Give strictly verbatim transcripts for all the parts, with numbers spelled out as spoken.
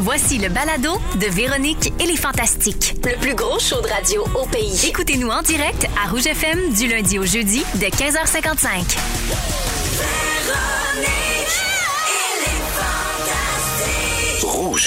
Voici le balado de Véronique et les Fantastiques. Le plus gros show de radio au pays. Écoutez-nous en direct à Rouge F M du lundi au jeudi dès quinze heures cinquante-cinq. Véronique et les Fantastiques. Rouge.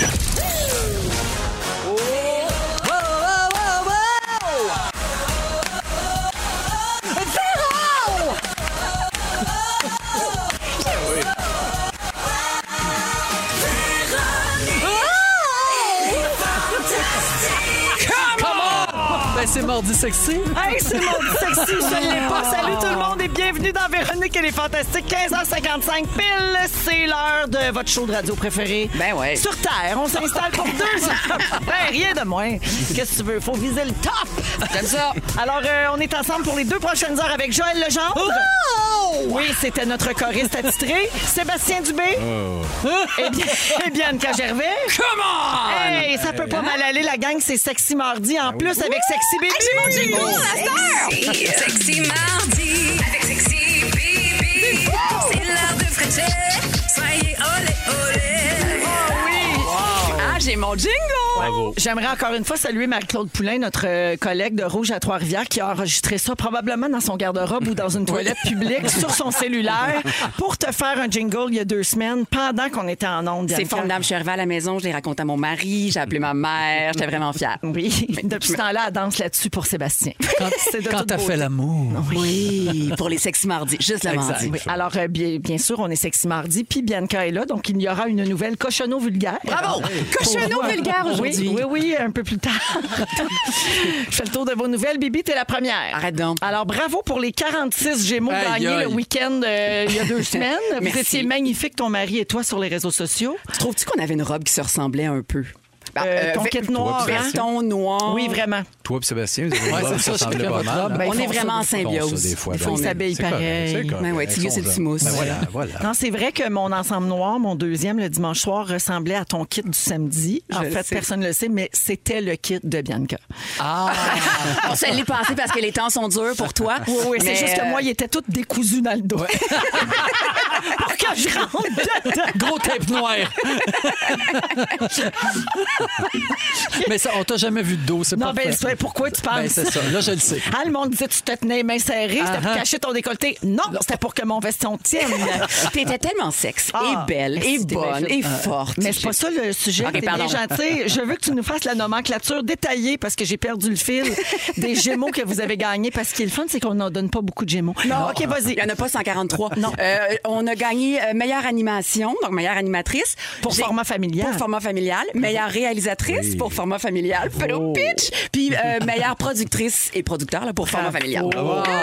C'est Mardi Sexy. Hey, c'est Mardi Sexy, je l'ai pas. Salut tout le monde et bienvenue dans Véronique et les Fantastiques. quinze heures cinquante-cinq pile, c'est l'heure de votre show de radio préféré. Ben ouais. Sur Terre, on s'installe pour deux heures. Ben, rien de moins. Qu'est-ce que tu veux? Faut viser le top. J'aime ça. Alors, euh, on est ensemble pour les deux prochaines heures avec Joël Legendre. Oh! Oui, c'était notre choriste attitré. Sébastien Dubé. Oh. Et, bien, et Bianca Gervais. Come on! Hey, ça peut pas mal aller, la gang. C'est Sexy Mardi. En plus, avec Sexy Baby. Hey, j'ai mon jingle, la star! Sexy Mardi, avec Sexy Baby. C'est l'heure de frécher. Soyez olé, olé. Oh oui! Ah, j'ai mon jingle! Bravo. J'aimerais encore une fois saluer Marie-Claude Poulain, notre euh, collègue de Rouge à Trois-Rivières, qui a enregistré ça probablement dans son garde-robe ou dans une toilette publique sur son cellulaire pour te faire un jingle il y a deux semaines pendant qu'on était en ondes. C'est formidable. Je suis arrivée à la maison, je l'ai raconté à mon mari, j'ai appelé ma mère, j'étais vraiment fière. Oui, depuis ce temps-là, elle danse là-dessus pour Sébastien. Quand, quand t'as fait l'amour. Oui, pour les sexy mardis, juste le Exact. mardi. Oui, alors, euh, bien, bien sûr, on est Sexy Mardi, puis Bianca est là, donc il y aura une nouvelle Cochonneau vulgaire. Bravo! Pour Cochonneau vous. vulgaire aujourd'hui. Oui, oui, oui, un peu plus tard. Je fais le tour de vos nouvelles. Bibi, t'es la première. Arrête donc. Alors, bravo pour les quarante-six Gémeaux Aïe, gagnés aïe. le week-end euh, il y a deux semaines. Vous Merci. étiez magnifiques, ton mari et toi, sur les réseaux sociaux. Trouves-tu qu'on avait une robe qui se ressemblait un peu? Ben, Euh, ton ve- kit noir, hein? veston noir. Oui, vraiment. Toi et Sébastien, vous avez Ouais, une robe c'est ça, qui ressemble chacun pas votre mal. robe. hein? Ben, On ils est font vraiment en Ils font ça symbiose. des fois. Il faut ben, s'habiller c'est correct, pareil. c'est correct. Ben ouais, Tigger, c'est le petit mousse. Ben voilà, voilà. Non, c'est vrai que mon ensemble noir, mon deuxième, le dimanche soir, ressemblait à ton kit du samedi. En Je le fait, sais. personne ne le sait, mais c'était le kit de Bianca. Ah! On se l'est passé parce que les temps sont durs pour toi. Oui, oui, c'est Mais, juste que euh, moi, il était tout décousu dans le dos. Pour que je rentre dedans. Gros tape noir. Mais ça, on t'a jamais vu de dos, c'est Non, pas ben, c'est- pourquoi tu penses? Ben, c'est ça. Là, je le sais. Ah, le monde disait tu te tenais les mains serrées, c'était pour Ah-ha. cacher ton décolleté. Non, c'était pour que mon veston tienne. T'étais tellement sexe, Ah, et belle, et merci, t'es bonne, bien et faite. forte. Mais c'est pas ça le sujet. Ok, T'es bien pardon. gentil. Je veux que tu nous fasses la nomenclature détaillée parce que j'ai perdu le fil des Gémeaux que vous avez gagnés. Parce qu'il est le fun, c'est qu'on n'en donne pas beaucoup de Gémeaux. Non, OK, vas-y. Il n'y en a pas cent quarante-trois. Non. Euh, on a gagné euh, meilleure animation, donc meilleure animatrice. Pour J'ai- format familial. Pour format familial. Meilleure réalisatrice pour format familial. Hello, pitch. Puis euh, meilleure productrice et producteur là, pour format familial. Oh,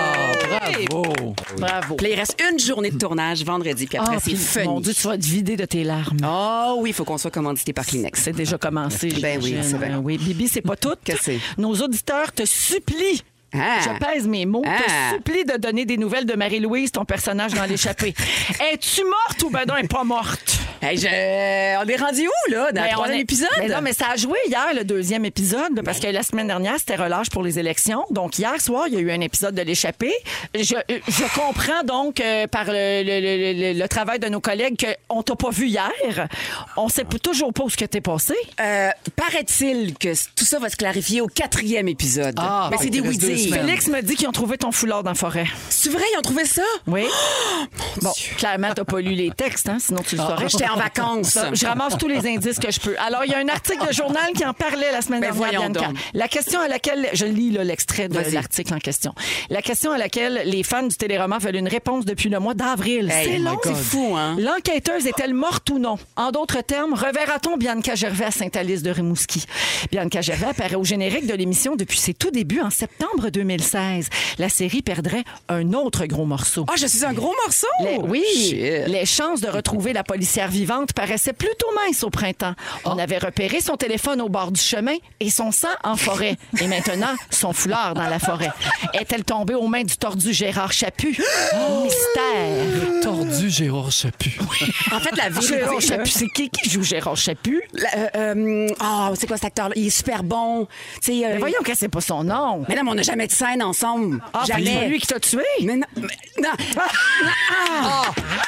bravo! Bravo. Puis là, il reste une journée de tournage vendredi, puis après, Ah, c'est puis, fun. mon Dieu, tu vas te vider de tes larmes. Oh oui, il faut qu'on soit commandité par Kleenex. C'est déjà commencé. Ben oui, j'imagine. c'est vrai. Euh, Oui, Bibi, c'est pas tout. Que c'est? Nos auditeurs te supplient. Ah. Je pèse mes mots. Ah. Te supplie de donner des nouvelles de Marie-Louise, ton personnage dans l'échappée. Es-tu morte ou ben non, elle est pas morte? Hey, je... On est rendu où, là, dans Ben, le on troisième est- épisode? Mais non, mais ça a joué hier, le deuxième épisode, parce que la semaine dernière, c'était relâche pour les élections. Donc, hier soir, il y a eu un épisode de l'échappée. Je, je comprends donc, euh, par le, le- le- le- le travail de nos collègues, qu'on t'a pas vu hier. On sait p- toujours pas où ce que t'es passé. Euh, paraît-il que c- tout ça va se clarifier au quatrième épisode. Ah, mais bon, c'est des il reste deux oui-dire. semaines. Félix me dit qu'ils ont trouvé ton foulard dans la forêt. C'est vrai, ils ont trouvé ça? Oui. bon, clairement, t'as pas lu les textes, hein, sinon tu le saurais. J'étais en vacances. Je ramasse tous les indices que je peux. Alors, il y a un article de journal qui en parlait la semaine Ben, dernière, voyons Bianca. donc. La question à laquelle... Je lis là, l'extrait de Vas-y. l'article en question. La question à laquelle les fans du téléroman veulent une réponse depuis le mois d'avril. Hey, c'est oh my long. God. C'est fou, hein? L'enquêteuse est-elle morte ou non? En d'autres termes, reverra-t-on Bianca Gervais à Saint-Alice de Rimouski? Bianca Gervais apparaît au générique de l'émission depuis ses tout débuts en septembre deux mille seize. La série perdrait un autre gros morceau. Ah, je suis un gros morceau! Les- oui, Shit. les chances de retrouver la policière vivante paraissaient plutôt minces au printemps. On avait repéré son téléphone au bord du chemin et son sang en forêt. Et maintenant, son foulard dans la forêt. Est-elle tombée aux mains du tordu Gérard Chaput? Mystère. Tordu Gérard Chaput. En fait, la vérité... Gérard Chaput, c'est qui qui joue Gérard Chaput? La- euh, euh, Ah, c'est quoi cet acteur-là? Il est super bon. Tu sais, euh, Mais voyons que c'est pas son nom. Mais non, mais on n'a jamais de scène ensemble. Ah, puis c'est jamais. lui qui t'a tué? Mais non. mais- non.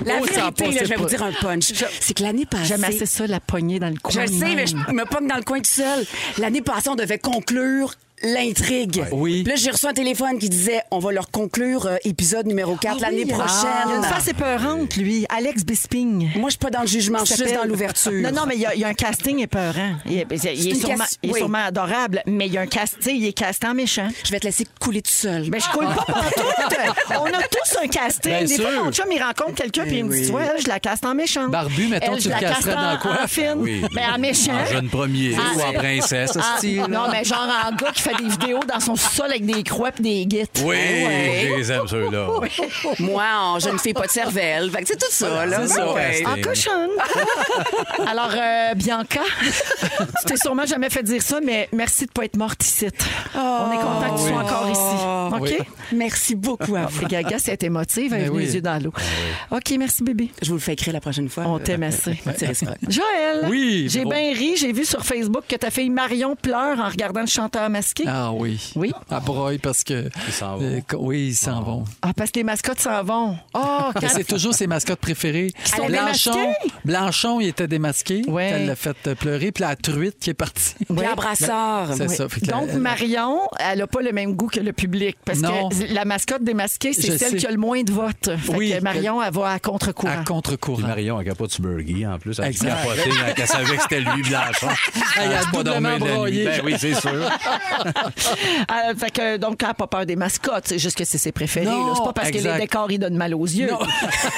La Oh, ça a vérité, pas, là, c'est je vais pas- vous dire un punch. C'est que l'année passée... J'aime assez ça, la poignée dans le coin. Je le de sais, même. mais je me pogne dans le coin tout seul. L'année passée, on devait conclure l'intrigue. Oui. Puis là, j'ai reçu un téléphone qui disait on va leur conclure euh, épisode numéro quatre Ah l'année oui, prochaine. Il a une face épeurante, lui. Alex Bisping. Moi, je suis pas dans le jugement, je suis juste dans l'ouverture. Non, non, mais il y, a- il y a un casting épeurant. Il, est- il est, une sûrement, cas- il est oui. sûrement adorable, mais il y a un casting, il est casté en méchant. Je vais te laisser couler tout seul. Mais je coule pas partout. On a tous un casting. Bien Des fois, sûr. mon chum, il rencontre quelqu'un puis il me dit, oui. tu vois, elle, je la caste en méchant. Barbu, mettons, Elle, tu je le la casterais caste en- dans quoi? En film. Oui. Mais en méchant. En jeune premier Ah, ou en c'est- princesse, ce Ah, style. non, mais genre en gars qui fait des vidéos dans son sol avec des croix et des guites. Oui, Ouais. je les aime, ceux-là. Moi, en jeune fille, pas de cervelle. Fait que c'est tout ça, là. C'est ça, Ouais. casting. En cochonne. Alors, euh, Bianca, tu t'es sûrement jamais fait dire ça, mais merci de pas être morte ici. On est content que tu sois encore ici. OK? Oui. Merci beaucoup à vous. Et Gaga, c'est émotive, elle Ben a oui. les yeux dans l'eau. OK, merci bébé. Je vous le fais écrire la prochaine fois. On t'aime assez. C'est réciproque. Joël, Oui, j'ai Véro. bien ri. J'ai vu sur Facebook que ta fille Marion pleure en regardant le chanteur masqué. Ah oui. Oui. À broye parce que. Ils s'en vont. Euh, co- oui, ils s'en vont. Ah, parce que les mascottes s'en vont. Oh, Mais quand... c'est toujours ses mascottes préférées. sont Blanchon, démasqués? Blanchon, il était démasqué. Ouais. Elle l'a fait pleurer. Puis la truite qui est partie. Pierre Brassard. C'est Oui. ça. Fait que Donc, la- Marion, elle n'a pas le même goût que le public. Parce Non. que la mascotte démasquée, c'est Je celle sais. qui a le moins de votes. Fait Oui. que Marion, elle va à contre-courant. à Puis contre-courant. Marion, elle capote sur Burgie, en plus. Elle a Exact. capoté quand elle savait que c'était lui, Blanchon. Elle a C'est pas doublement dormir de la nuit. broyé. Ben oui, c'est sûr. Euh, fait que, donc, elle n'a pas peur des mascottes. C'est juste que c'est ses préférés. Non, là. C'est pas parce que exact. les décors, ils donnent mal aux yeux. Non.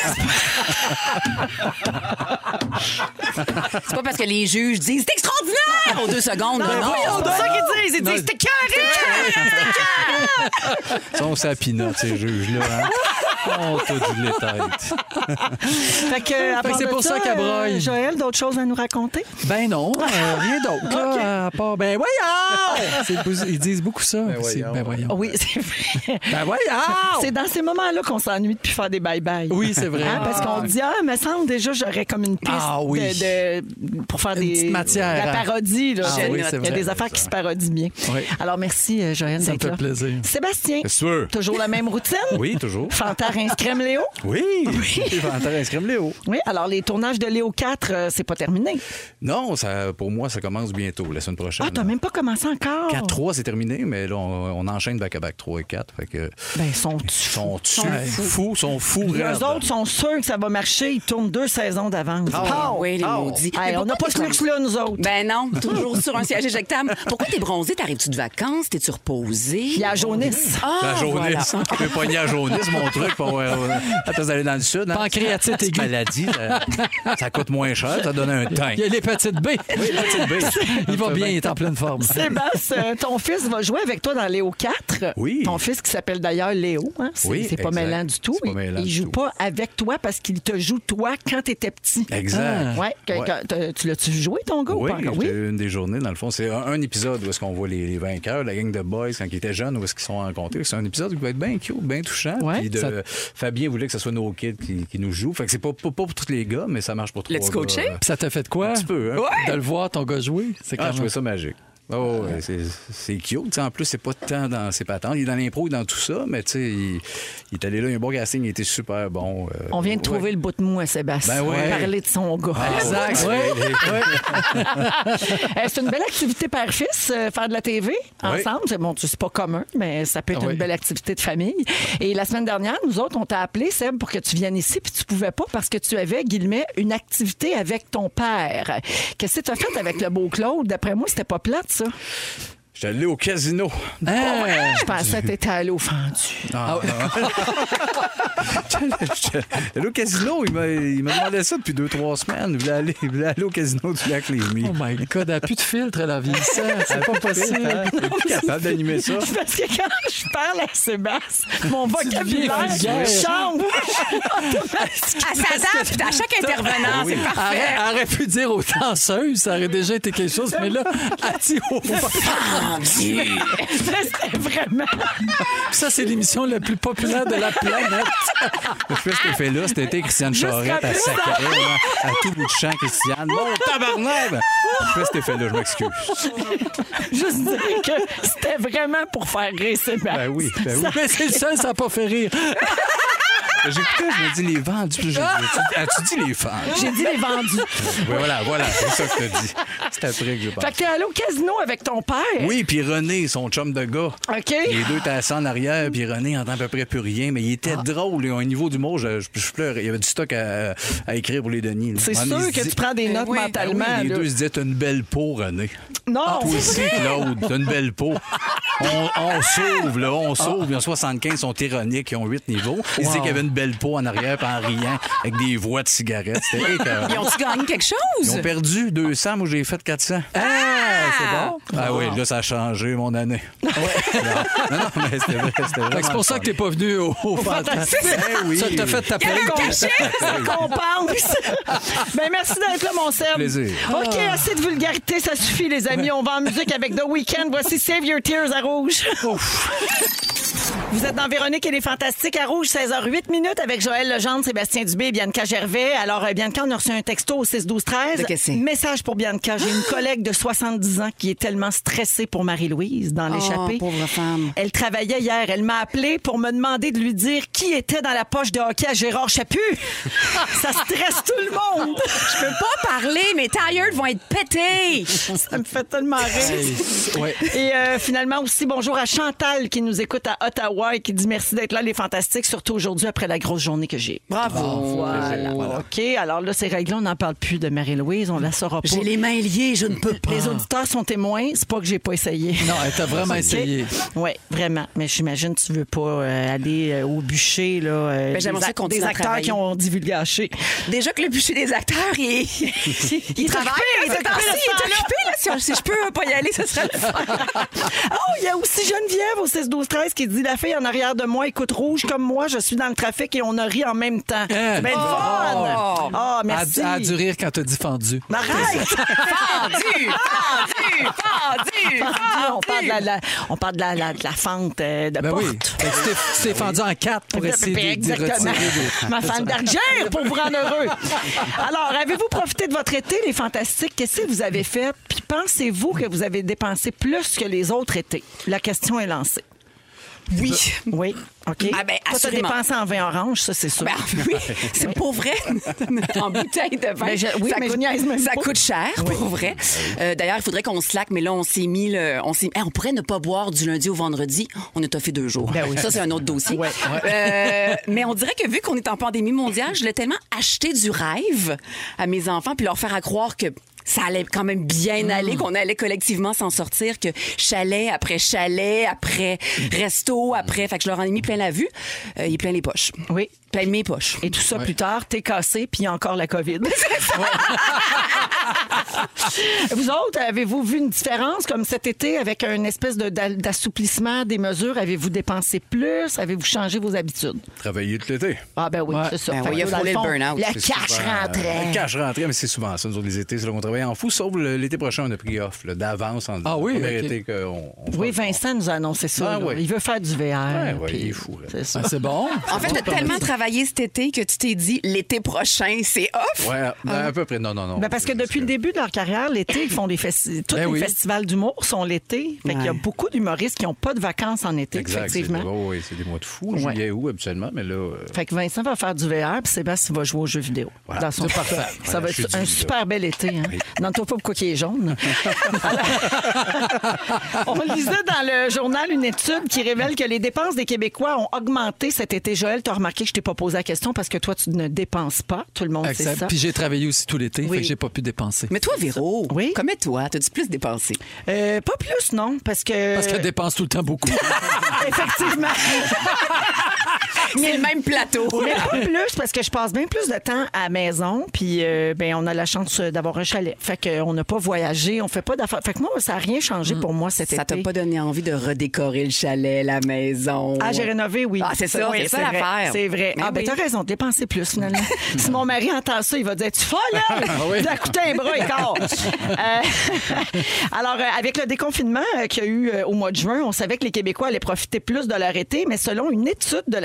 C'est pas parce que les juges disent c'est extraordinaire aux deux secondes. Non, Ben non. voyons donc. C'est ça qu'ils disent. Ils Non. disent, c'était carré! Ils sont sa pinotte, ces juges-là. Hein? On t'a dit les têtes. Fait que, à Fait que part c'est de pour ça qu'elle broye. euh, Joël, d'autres choses à nous raconter? Ben non, euh, rien d'autre. là, à part, ben voyons! C'est- Ils disent beaucoup ça. aussi. voyons. Ben voyons. Oui, c'est vrai. Ben voyons! C'est dans ces moments-là qu'on s'ennuie de plus faire des bye-bye. Oui, c'est vrai. Hein, parce qu'on dit, ah, me semble déjà, j'aurais comme une piste Ah oui. de, de- pour faire Une des, petite matière, la hein. parodie. Là. Ah Je oui, note. c'est Il y a vrai. des affaires qui se parodient bien. Oui. Alors, merci, euh, Joël, Ça me d'être fait là. plaisir. Sébastien, C'est sûr. toujours la même routine? Oui, toujours. Fantarin crème Léo? Oui. Oui. Fantarin crème Léo. Oui, alors les tournages de Léo quatre, euh, c'est pas terminé. Non, ça, pour moi, ça commence bientôt, la semaine prochaine. Ah, t'as même pas commencé encore? quatre trois, c'est terminé, mais là, on, on enchaîne back-à-back trois et quatre. Fait que, Ben, sont ils sont Sont fous, sont fous. Les raides. autres sont sûrs que ça va marcher. Ils tournent deux saisons d'avance. Ah oui, les maudits. Hey, Mais on n'a pas pourquoi ce t'es luxe-là, nous autres. Ben non, toujours sur un siège éjectable. Pourquoi t'es bronzé? T'arrives-tu de vacances? T'es-tu reposé? Il y a jaunisse. Ah, La jaunisse. voilà. Je peux pogner la jaunisse, mon truc, pour euh, à place d'aller dans le sud. Hein. Pancréatite Petite aiguë. maladie, ça, ça coûte moins cher, ça donne un teint. Il y a les petites B. Oui, la petite baie. Il va bien, il est en pleine forme. Sébastien, ton fils va jouer avec toi dans Léo quatre. Oui. Ton fils qui s'appelle d'ailleurs Léo. Hein? C'est Oui, c'est pas exact. mêlant du tout. C'est pas Il- mêlant il du joue tout. pas avec toi parce qu'il te joue toi quand t'étais petit. Exact. Ouais. que- Ouais. que- t'as- tu l'as-tu joué, ton gars, ou Oui, pas encore? c'était une des journées, dans le fond. C'est un, un épisode où est-ce qu'on voit les, les vainqueurs, la gang de boys, quand ils étaient jeunes, où est-ce qu'ils sont rencontrés. C'est un épisode qui va être bien cute, bien touchant. Ouais, Puis de, ça- Fabien voulait que ce soit nos kids qui, qui nous jouent. Fait que c'est pas, pas, pas pour tous les gars, mais ça marche pour trois L'as-tu gars. coaché? Puis ça t'a fait de quoi? Un petit peu, hein? De le voir, ton gars jouer. C'est Ah, quand je même... trouvais ça magique. Oh, ouais, c'est, c'est cute. Tu sais, en plus, c'est pas tant dans ses patentes. Il est dans l'impro et dans tout ça, mais tu sais, il, il est allé là, il y a un bon casting, il était super bon. euh, On vient de ouais. trouver le bout de mou à Sébastien. Ben On va ouais. parler de son gars. Exact. Ouais, oui. les- Euh, c'est une belle activité père-fils, euh, faire de la T V Oui. ensemble. C'est bon, c'est pas commun, mais ça peut être Oui. une belle activité de famille. Et la semaine dernière, nous autres, on t'a appelé, Seb, pour que tu viennes ici, puis tu pouvais pas parce que tu avais, Guillemets, une activité avec ton père. Qu'est-ce que tu as fait avec le beau Claude? D'après moi, c'était pas plate, ça. J'étais allé au casino. Hein? Je pensais que t'étais allé au fendu. Ah, J'étais allé au casino. Il m'a, il m'a demandé ça depuis deux, trois semaines. Il voulait aller, il voulait aller au casino du lac Lémy. Oh my God, elle a plus de filtre, la vie. Ça, c'est pas possible. Il est plus capable d'animer ça. Parce que quand je parle à Sébastien, mon vocabulaire vulgaire. change. Elle s'adapte à chaque intervenant, c'est Elle parfait. aurait, elle aurait pu dire aux danseuses, ça aurait déjà été quelque chose, mais là, elle dit au C'était vraiment. Ça, c'est l'émission la plus populaire de la planète. Je fais cet effet-là. Cet été, Christiane Juste Charette, rappeler elle ça. sacrait, là, à tout bout de champ, Christiane. Bon, tabarnak! Je fais cet effet-là, je m'excuse. Juste dire que c'était vraiment pour faire rire Sébastien. Ben oui, ben oui. Mais c'est le seul, ça n'a pas fait rire. J'écoutais, je me dis les vendus. J'ai dit, As-tu, as-tu dit les vendus? J'ai dit les vendus. Oui, voilà, voilà, c'est ça que t'as dit. C'est après que je pense. Fait que t'es allé au casino avec ton père. Oui, puis René, son chum de gars. OK. Les deux étaient assis en arrière, puis René entend à peu près plus rien, mais il était drôle. Au niveau du mot, je, je, je pleurais. Il y avait du stock à, à écrire pour les Denis. Là. C'est On sûr se que dit- tu prends des notes oui, ben mentalement. Oui, les là. deux se disaient, t'as une belle peau, René. Non, Toi c'est aussi, vrai. Claude, t'as une belle peau. On, on sauve, là, on sauve. Ils ont soixante-quinze, ils sont ironiques, ils ont huit niveaux. Ils se disaient qu'il y avait une belle peau en arrière, puis en riant, avec des voix de cigarettes. C'était écœurant. Ils ont-tu gagné quelque Ils chose? ont perdu deux cents, moi j'ai fait quatre cents. Ah, c'est bon. Ah oui, là, ça a changé mon année. Non, non, non, mais c'était vrai. C'était Fait que vraiment c'est pour ça que t'es pas venu au, au fantastique. Eh oui. Ça t'a fait taper. Ça compense. Ben, merci d'être là, mon Seb. Plaisir. OK, assez de vulgarité, ça suffit, les amis. On va en musique avec The Weeknd. Voici Save Your Tears à Rouge. Vous êtes dans Véronique et les Fantastiques à Rouge, seize heures huit minutes avec Joël Legendre, Sébastien Dubé et Bianca Gervais. Alors, euh, Bianca, on a reçu un texto au six douze treize. De qu'est-ce que c'est? Message pour Bianca. J'ai une collègue de soixante-dix ans qui est tellement stressée pour Marie-Louise dans l'échappée. Oh, pauvre femme. Elle travaillait hier. Elle m'a appelé pour me demander de lui dire qui était dans la poche de hockey à Gérard Chaput. Ça stresse tout le monde. Je peux pas parler, mes tailleurs vont être pétés. Ça me fait tellement rire. Ouais. Et euh, finalement aussi, bonjour à Chantal qui nous écoute à Ottawa et qui dit merci d'être là, les Fantastiques, surtout aujourd'hui après la grosse journée que j'ai. Bravo. Voilà. OK, alors là, c'est réglé, on n'en parle plus de Marie-Louise, on la saura pas. J'ai les mains liées, je ne peux pas. Les auditeurs sont témoins, c'est pas que j'ai pas essayé. Non, elle t'a vraiment essayé. Oui, vraiment. Mais j'imagine que tu veux pas euh, aller euh, au bûcher, là. euh, Ben, j'aimerais des, ça ac- continuer des à acteurs travailler. qui ont divulgaché. Déjà que le bûcher des acteurs, il, il, travaille. occupé, il est là, c'est occupé, temps-ci, le il est temps-là. occupé, là. Si, on- si je peux pas y aller, ce serait le fun. Oh, il y a aussi Geneviève au six douze treize qui dit la fille en arrière de moi écoute Rouge comme moi, je suis dans le trafic et on a ri en même temps. C'est bien le fun. Ah, merci. Elle a dû rire quand t'as dit fendu. Arrête! Fendu, fendu, fendu, on parle de la, la- on parle de la, la- de la fente euh, de Ben porte. oui. Fait que tu t'es- tu t'es fendu en quatre pour essayer de- d'y Exactement. retirer des... Ma femme d'argent pour vous rendre heureux. Alors, avez-vous profité de votre été, les Fantastiques? Qu'est-ce que vous avez fait? Puis pensez-vous que vous avez dépensé plus que les autres étés? La question est lancée. Oui. Oui, OK. Ah ben, Toi, t'as assurément. dépensé en vin orange, ça, c'est sûr. Ben, oui, c'est pour vrai. En bouteille de vin. Ben, je- oui, ça mais coûte, je niaise même ça pas. coûte cher, pour vrai. Euh, D'ailleurs, il faudrait qu'on slack, mais là, on s'est mis le. On, s'est- Hey, on pourrait ne pas boire du lundi au vendredi. On a toffé deux jours. Ben oui. Ça, c'est un autre dossier. Ouais. Euh, mais on dirait que vu qu'on est en pandémie mondiale, je voulais tellement acheter du rêve à mes enfants puis leur faire à croire que ça allait quand même bien aller, qu'on allait collectivement s'en sortir, que chalet après chalet, après resto, après... Fait que je leur en ai mis plein la vue. Euh, il est plein les poches. Oui. Plein mes poches. Et tout ça plus tard, t'es cassé, puis il y a encore la COVID. Vous autres, avez-vous vu une différence comme cet été avec une espèce de- d'a- d'assouplissement des mesures? Avez-vous dépensé plus? Avez-vous changé vos habitudes? Travailler tout l'été. Ah ben oui, Ouais. c'est ça. Ben Fait oui, que il a dans frôlé fond, le burn-out. Le C'est cash souvent- rentrait. Le cash rentrait, mais c'est souvent ça. Nous autres, les étés, c'est là qu'on travaille en fou, sauf le- l'été prochain, on a pris off là, d'avance en Ah oui, le premier ok. été qu'on on Oui, fera- Vincent nous a annoncé ça. Ah là. oui. Il veut faire du V R. Ouais, ouais, puis il est fou, là. C'est ça. Ah, c'est bon. En fait, tu as tellement travaillé cet été que tu t'es dit l'été prochain, c'est off. Ouais, ben, à peu près. Non, non, non. Ben parce que depuis le début de leur carrière, l'été, ils font des festivals. Tous Ben les oui. festivals d'humour sont l'été. Fait qu'il y a Ouais. beaucoup d'humoristes qui n'ont pas de vacances en été, Exact. c'est- effectivement. ouais, ouais, c'est des mois de fou, Ouais. juillet, août, habituellement, mais là. euh, Fait que Vincent va faire du V R, puis Sébastien va jouer aux jeux vidéo. Voilà. Dans son C'est parfait. Ça Voilà, va je être suis un du- super bel été. Hein? Demande-toi pas pourquoi il est jaune. On lisait dans le journal une étude qui révèle que les dépenses des Québécois ont augmenté cet été. Joël, tu as remarqué que je t'ai pas posé la question parce que toi, tu ne dépenses pas. Tout le monde sait Exact. ça. Puis j'ai travaillé aussi tout l'été, Oui. fait que j'ai pas pu dépenser. Mais toi, Véro, Oui? comme toi, t'as-tu plus dépensé? Euh, pas plus, non, parce que... Parce qu'elle dépense tout le temps beaucoup. Effectivement. C'est le même plateau. Mais pas plus, parce que je passe bien plus de temps à la maison, puis euh, ben, on a la chance d'avoir un chalet. Fait qu'on n'a pas voyagé, on fait pas d'affaires. Fait que moi, ça n'a rien changé pour moi cet Ça t'a été. pas donné envie de redécorer le chalet, la maison? Ah, j'ai rénové, oui. Ah, c'est ça, Oui, c'est ça vrai, l'affaire. C'est vrai. Mais ah, ben, oui. t'as raison, dépenser plus, finalement. Si mon mari entend ça, il va dire, tu folle, là? oui. Ça a coûté un bras et quart. Euh, Alors, euh, avec le déconfinement euh, qu'il y a eu euh, au mois de juin, on savait que les Québécois allaient profiter plus de leur été, mais selon une étude de la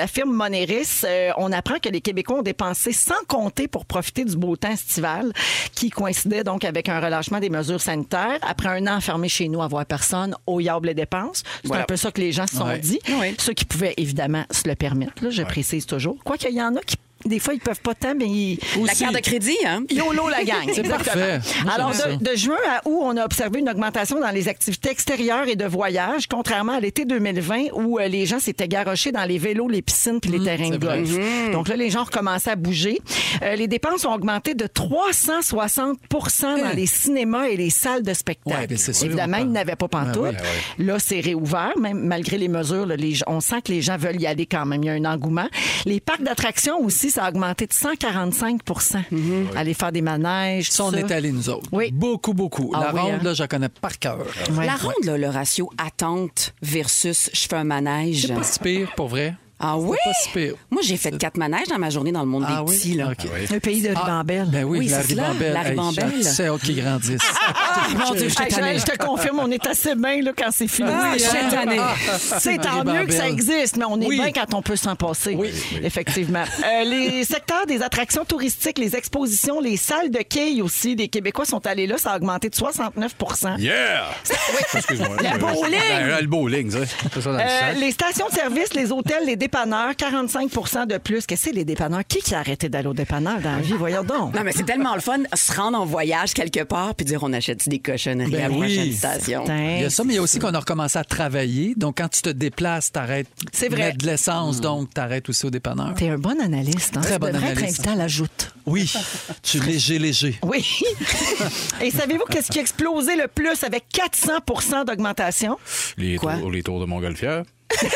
la firme Moneris, euh, on apprend que les Québécois ont dépensé sans compter pour profiter du beau temps estival qui coïncidait donc avec un relâchement des mesures sanitaires. Après un an enfermé chez nous à voir personne, au yable les dépenses. C'est Voilà. un peu ça que les gens se sont Ouais. dit. Oui. Ceux qui pouvaient évidemment se le permettre, là, je précise toujours. Quoi qu'il y en a qui, des fois, ils peuvent pas tant, mais ils... La carte de crédit, hein? YOLO la gang. C'est Exactement. parfait. Moi, Alors, j'aime de, de juin à août, on a observé une augmentation dans les activités extérieures et de voyage, contrairement à l'été deux mille vingt où euh, les gens s'étaient garochés dans les vélos, les piscines puis les terrains de c'est vrai. golf. Donc là, les gens recommençaient à bouger. Euh, les dépenses ont augmenté de trois cent soixante pour cent dans Hein? les cinémas et les salles de spectacle. Ouais, bien, c'est sûr. Évidemment, ils n'avaient pas pantoute. Ouais, ouais, Là, c'est réouvert, même malgré les mesures. Là, les gens- on sent que les gens veulent y aller quand même. Il y a un engouement. Les parcs d'attractions aussi, ça a augmenté de cent quarante-cinq pour cent. Aller faire des manèges, Ça, tout on ça. est allés, nous autres. Oui. Beaucoup, beaucoup. Ah la oui, ronde, hein? là, je la connais par cœur. Ouais. La ronde, là, le ratio attente versus je fais un manège. C'est pas si pire, pour vrai. Ah oui? C'est pas si pire. Moi, j'ai fait quatre manèges dans ma journée dans le monde Ah des oui? petits. Là. OK. Le pays de Ribambelle. Ben oui, Oui, la c'est cela, ribambelle. la Hey, ribambelle. je sais, OK, grandissent. Ah, mon Dieu, je Hey, t'ai tanné. je, je te confirme, on est assez bien là, quand c'est fini. Ah, je t'ai tanné. C'est tant mieux que ça existe, mais on est Oui. bien quand on peut s'en passer. Oui. Effectivement. Euh, les secteurs des attractions touristiques, les expositions, les salles de quilles aussi, les Québécois sont allés là, ça a augmenté de soixante-neuf pour cent. Yeah! Excuse-moi. Le bowling! Ben, le bowling, ça. C'est ça dans le Euh, sac. les stations de service, les hôtels, les dépanneurs, quarante-cinq pour cent de plus. Qu'est-ce que c'est les dépanneurs? Qui qui a arrêté d'aller au dépanneur dans la vie? Voyons donc. Non, mais c'est tellement le fun se rendre en voyage quelque part puis dire on achète des cochonneries Ben à la oui. prochaine station. Putain. Il y a ça, mais il y a aussi qu'on a recommencé à travailler. Donc, quand tu te déplaces, t'arrêtes C'est de vrai. mettre de l'essence, donc t'arrêtes aussi au dépanneur. T'es un bon analyste. Hein? Très tu bon devrais être analyste. invité à la joute. Oui, tu es léger, léger. Oui. Et savez-vous qu'est-ce qui a explosé le plus avec quatre cents pour cent d'augmentation? Les Quoi? tours, les tours de Montgolfière.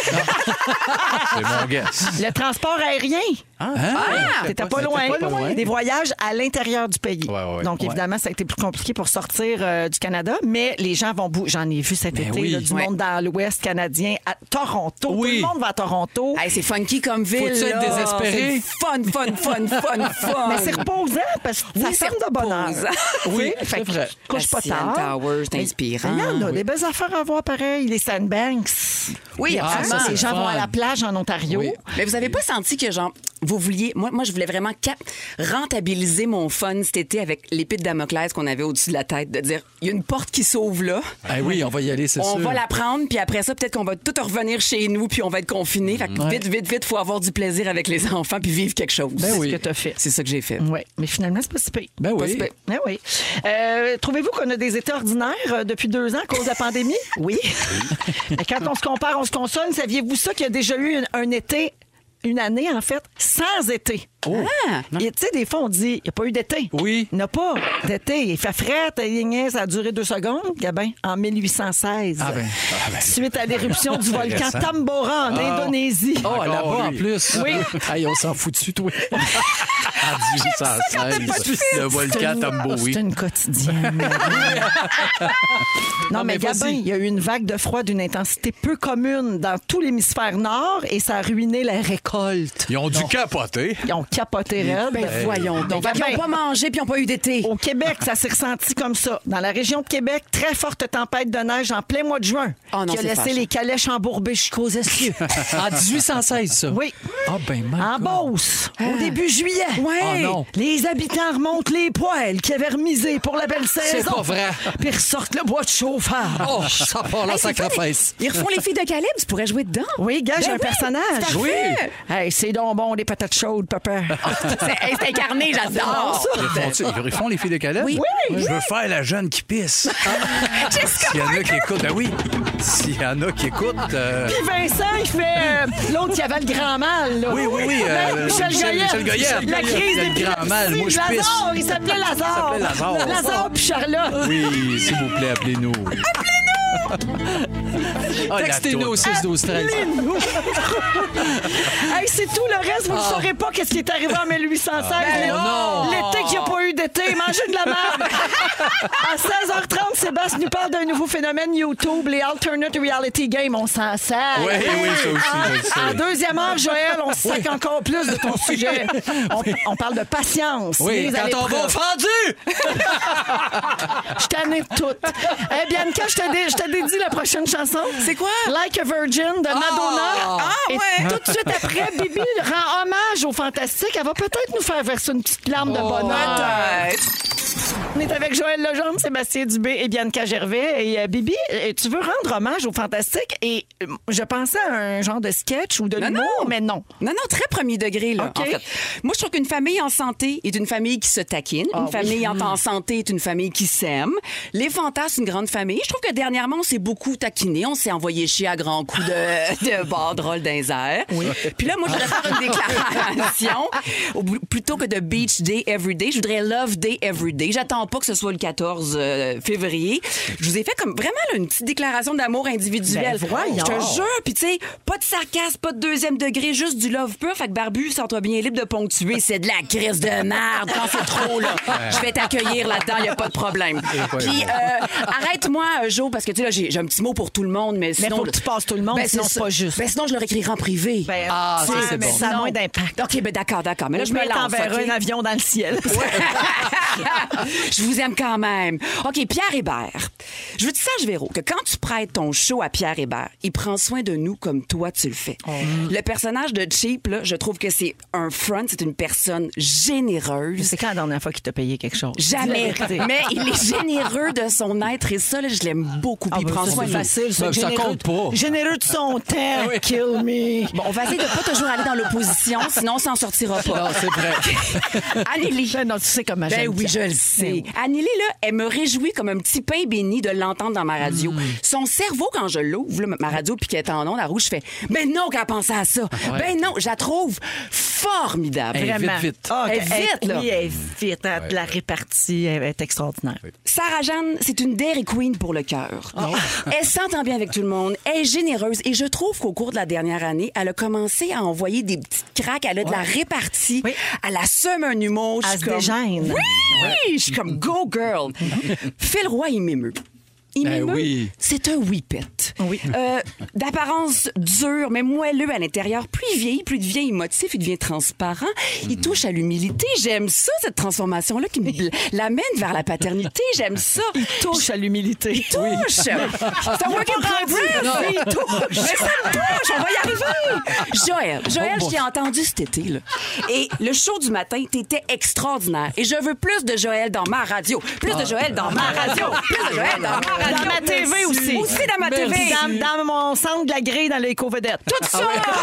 C'est mon guess. Le transport aérien. Hein? T'étais pas loin. pas loin. Des voyages à l'intérieur du pays. Ouais, ouais, ouais. Donc, évidemment, ça a été plus compliqué pour sortir euh, du Canada, mais les gens vont bouger. J'en ai vu cet Ben été, oui. là, du Ouais. monde dans l'Ouest canadien, à Toronto. Oui. Tout le monde va à Toronto. Hey, c'est funky comme ville. Faut-tu être là. désespéré? C'est fun, fun, fun, fun, fun. Mais c'est reposant parce que ça Oui, ferme c'est de bonheur. reposant. Oui, Fait c'est que vrai. tu te couches pas La C N tard. Tower, c'est Mais inspirant. Il y en a Oui. des belles affaires à voir pareil. Les sandbanks. Oui, Ah, absolument. ça, c'est Les gens fun. vont à la plage en Ontario. Oui. Mais vous avez pas senti que, genre, vous vouliez. Moi, moi je voulais vraiment cap- rentabiliser mon fun cet été avec l'épée de Damoclès qu'on avait au-dessus de la tête, de dire il y a une porte qui s'ouvre là. Eh oui, on va y aller, c'est On sûr. va la prendre, puis après ça, peut-être qu'on va tout revenir chez nous, puis on va être confinés. Fait que vite, vite, vite, faut avoir du plaisir avec les enfants, puis vivre quelque chose. Ben C'est oui. ce que tu as fait. C'est ça que j'ai fait. Oui, mais finalement, c'est pas si pire. Ben Pas oui. si pire. Ben oui. Euh, Trouvez-vous qu'on a des étés ordinaires euh, depuis deux ans à cause de la pandémie? Oui. Mais quand on se compare, on se console. Saviez-vous ça qu'il y a déjà eu un, un été, une année en fait, sans été? Ah! Et tu sais, des fois, on dit, il n'y a pas eu d'été. Oui. Il n'y en a pas d'été. Il fait frais, t'as gagné, ça a duré deux secondes, Gabin, en mille huit cent seize. Ah ben. Suite à l'éruption du volcan Intéressant. Tambora en Indonésie. Oh, Encore là-bas en lui. plus. Oui. Hey, on s'en fout dessus, toi. En dix-huit cent seize, le volcan C'est Tambouri. une quotidienne. non, Non, mais, mais Gabin, vas-y. il y a eu une vague de froid d'une intensité peu commune dans tout l'hémisphère nord et ça a ruiné la récolte. Ils ont dû capoter. Ils ont capoté raide. Ben, voyons donc. Ben, Ils n'ont pas mangé, puis ils n'ont pas eu d'été. Au Québec, ça s'est ressenti comme ça. Dans la région de Québec, très forte tempête de neige en plein mois de juin Oh non, qui a c'est laissé fâchant. les calèches embourbées jusqu'aux essieux. En dix-huit cent seize, ça. Oui. Ah ben, my En God. Beauce, au début juillet. Ouais. Oh non. Les habitants remontent les poêles qui avaient remisé pour la belle saison. C'est pas vrai. Puis ressortent le bois de chauffage. Oh, ça part là, Hey, c'est sacrifice. Ils refont les filles de Caleb, tu pourrais jouer dedans. Oui, gars, j'ai Ben un oui, personnage. c'est parfait. Hey, c'est donc bon, des patates chaudes, papa. C'est hey, c'est incarné, j'adore. Ils font, ils refont les filles de Caleb? Oui. Je veux faire la jeune qui pisse. S'il y en a qui écoutent, ben oui. S'il y en a qui écoutent. euh, Puis Vincent, il fait euh, l'autre qui avait le grand mal. Là. Oui, oui, oui, euh, Ben, Michel Michel- Goyette. Michel Goyette. La crise Il a le d'épilepsie. grand mal, moi, je pisse. Lazare, il s'appelait Lazare. Il s'appelait Lazare. Lazare puis Charlotte. Oui, s'il vous plaît, appelez-nous. Ah, la Textez-nous toune. au six douze treize. Hey, c'est tout le reste, vous ne saurez pas qu'est-ce qui est arrivé en mille huit cent seize. Ah, non. L'été qu'il n'y a pas eu d'été. écoutez, mangez de la merde. À seize heures trente, Sébastien nous parle d'un nouveau phénomène YouTube, les alternate reality games. On s'en sert. Oui, oui, ça aussi, je le sais. En deuxième heure, Joël, on se sac encore plus de ton sujet. On, on parle de patience. Oui, mise à quand on va l'épreuve. fendu! Je t'en ai toutes. Eh bien, Bianca, je te, dé- je te dédie la prochaine chanson. C'est quoi? Like a Virgin de Madonna. Ah, Et ouais. tout de suite après, Bibi rend hommage au fantastique. Elle va peut-être nous faire verser une petite larme de bonheur. Peut-être. On est avec Joël Legendre, Sébastien Dubé et Bianca Gervais. Et euh, Bibi, euh, tu veux rendre hommage au fantastique? Et euh, je pensais à un genre de sketch ou de Non, l'humour, non. mais non. Non, non, très premier degré, là, OK. en fait. Moi, je trouve qu'une famille en santé est une famille qui se taquine. Ah, une oui. famille en, en santé est une famille qui s'aime. Les fantasmes, c'est une grande famille. Je trouve que dernièrement, on s'est beaucoup taquiné. On s'est envoyé chier à grands coups de, de banderoles dans les airs. Puis là, moi, je voudrais faire une déclaration. Au bout- Plutôt que de Beach Day Every Day, je voudrais Love Day Every Day. J'attends pas que ce soit le quatorze euh, février. Je vous ai fait comme vraiment là, une petite déclaration d'amour individuel. Ben, voyons. Je te jure. Puis tu sais, pas de sarcasme, pas de deuxième degré, juste du love pur. Fait que Barbu, sens-toi bien libre de ponctuer. C'est de la crise de merde quand c'est trop, là. Je vais t'accueillir là-dedans, y a pas de problème. Puis euh, arrête-moi, euh, Jo, parce que tu sais, là, j'ai j'ai un petit mot pour tout le monde, mais sinon... faut que tu passes tout le monde, sinon c'est ça. pas juste. Ben sinon, je leur écrirai en privé. Ben, Ah, tu ça, sais, c'est mais bon. ça a moins d'impact. OK, ben d'accord, d'accord. Mais là, je me lance. t'enverrai OK? un avion dans le ciel. Je vous aime quand même. OK, Pierre Hébert. Je veux te sache, Véro, que quand tu prêtes ton show à Pierre Hébert, il prend soin de nous comme toi, tu le fais. Le personnage de Cheap, là, je trouve que c'est un front, c'est une personne généreuse. C'est quand la dernière fois qu'il t'a payé quelque chose? Jamais. Dis la vérité. Mais il est généreux de son être et ça, là, je l'aime beaucoup. Puis Ah, il ben, prend ça, soin c'est de nous. facile. Ben, ça généreux, compte pas. Généreux de son temps. Kill me. Bon, on va essayer de pas toujours aller dans l'opposition, sinon on s'en sortira pas. Non, c'est vrai. Anneli. Ben non, tu sais comment Ben j'aime oui, Pierre. je le sais. Anneli, là, elle me réjouit comme un petit pain béni de l'entendre dans ma radio. Son cerveau, quand je l'ouvre, là, ma radio, puis qu'elle est en onde, la rouge, je fais « Ben non qu'elle pensait à ça! Ben non! » Je la trouve formidable. Hey, Vraiment. vite, vite. Ah, Elle est elle- vite, là. Oui, elle est vite. Elle a de la répartie. Elle est extraordinaire. Sarah-Jeanne, c'est une Dairy Queen pour le cœur. Elle s'entend bien avec tout le monde. Elle est généreuse. Et je trouve qu'au cours de la dernière année, elle a commencé à envoyer des petites craques. Elle a de la répartie. Oui. Elle assume un humour. Je Elle suis se comme- dégêne. Oui, oui. Je suis comme go girl. Phil Roy, il m'émeut. Il Ben m'émeut. oui. C'est un whippet. Oui. Euh, d'apparence dure, mais moelleux à l'intérieur. Plus il vieillit, plus il devient émotif, il devient transparent. Il touche à l'humilité. J'aime ça, cette transformation-là qui me l'amène vers la paternité. J'aime ça. Il touche à l'humilité. touche. C'est un work in progress. Il touche. Mais ça me touche. On va y arriver. Joël, Joël, je t'ai entendu cet été. Là. Et le show du matin, t'étais extraordinaire. Et je veux plus de Joël dans ma radio. Plus de Joël dans ma radio. Plus de Joël dans ma radio. Dans ma T V aussi. Aussi dans ma T V. Puis Dans, dans mon centre de la grille dans l'éco-vedette. Tout ça!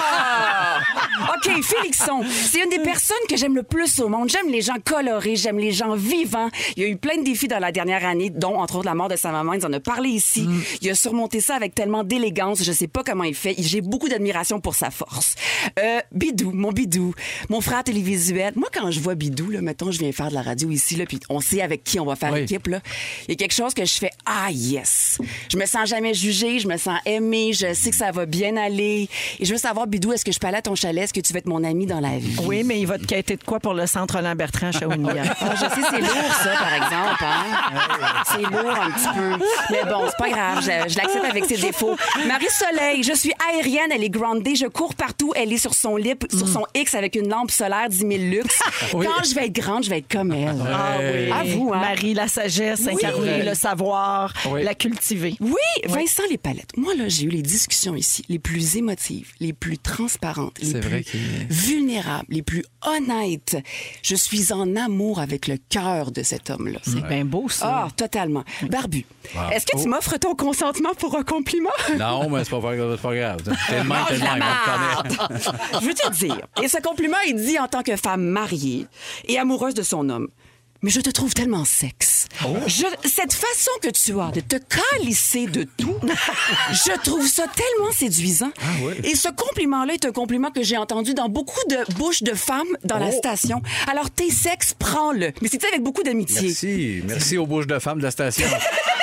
OK, Félixon, c'est une des personnes que j'aime le plus au monde. J'aime les gens colorés, j'aime les gens vivants. Il y a eu plein de défis dans la dernière année, dont, entre autres, la mort de sa maman. Ils en ont parlé ici. Il a surmonté ça avec tellement d'élégance. Je sais pas comment il fait. J'ai beaucoup d'admiration pour sa force. Euh, Bidou, mon Bidou, mon frère télévisuel. Moi, quand je vois Bidou, là, mettons, je viens faire de la radio ici, là, puis on sait avec qui on va faire Oui. équipe, là. Il y a quelque chose que je fais, ah, yes! Je me sens jamais jugée, je me sens aimée, je sais que ça va bien aller. Et je veux savoir, Bidou, est-ce que je peux aller à ton chalet? Est-ce que tu veux être mon ami dans la vie? Oui, mais il va te quêter de quoi pour le centre Roland-Bertrand à Shawinigan? Ah, je sais, c'est lourd, ça, par exemple. Hein? C'est lourd un petit peu. Mais bon, c'est pas grave. Je, je l'accepte avec ses défauts. Marie-Soleil, je suis aérienne. Elle est groundée. Je cours partout. Elle est sur son lip, sur son X avec une lampe solaire dix mille luxe. Oui. Quand je vais être grande, je vais être comme elle. Ah oui. À vous, hein? Marie, la sagesse, incarner le savoir, Oui. la cultiver. Oui, Vincent Les Palettes. Moi, là, j'ai eu les discussions ici les plus émotives, les plus transparentes, les C'est vrai plus qu'il est- vulnérables, les plus honnêtes. Je suis en amour avec le cœur de cet homme-là. C'est bien beau, ça. Ah, totalement. Barbu, est-ce que tu m'offres ton consentement pour un compliment? Non, mais c'est pas, c'est pas grave. T'es le même, t'es le même. on te connaît. Je veux te dire. Et ce compliment est dit en tant que femme mariée et amoureuse de son homme. Mais je te trouve tellement sexe. Je- cette façon que tu as de te calisser de tout, je trouve ça tellement séduisant. Et ce compliment-là est un compliment que j'ai entendu dans beaucoup de bouches de femmes dans la station. Alors, t'es sexe, prends-le. Mais c'est avec beaucoup d'amitié. Merci. Merci aux bouches de femmes de la station.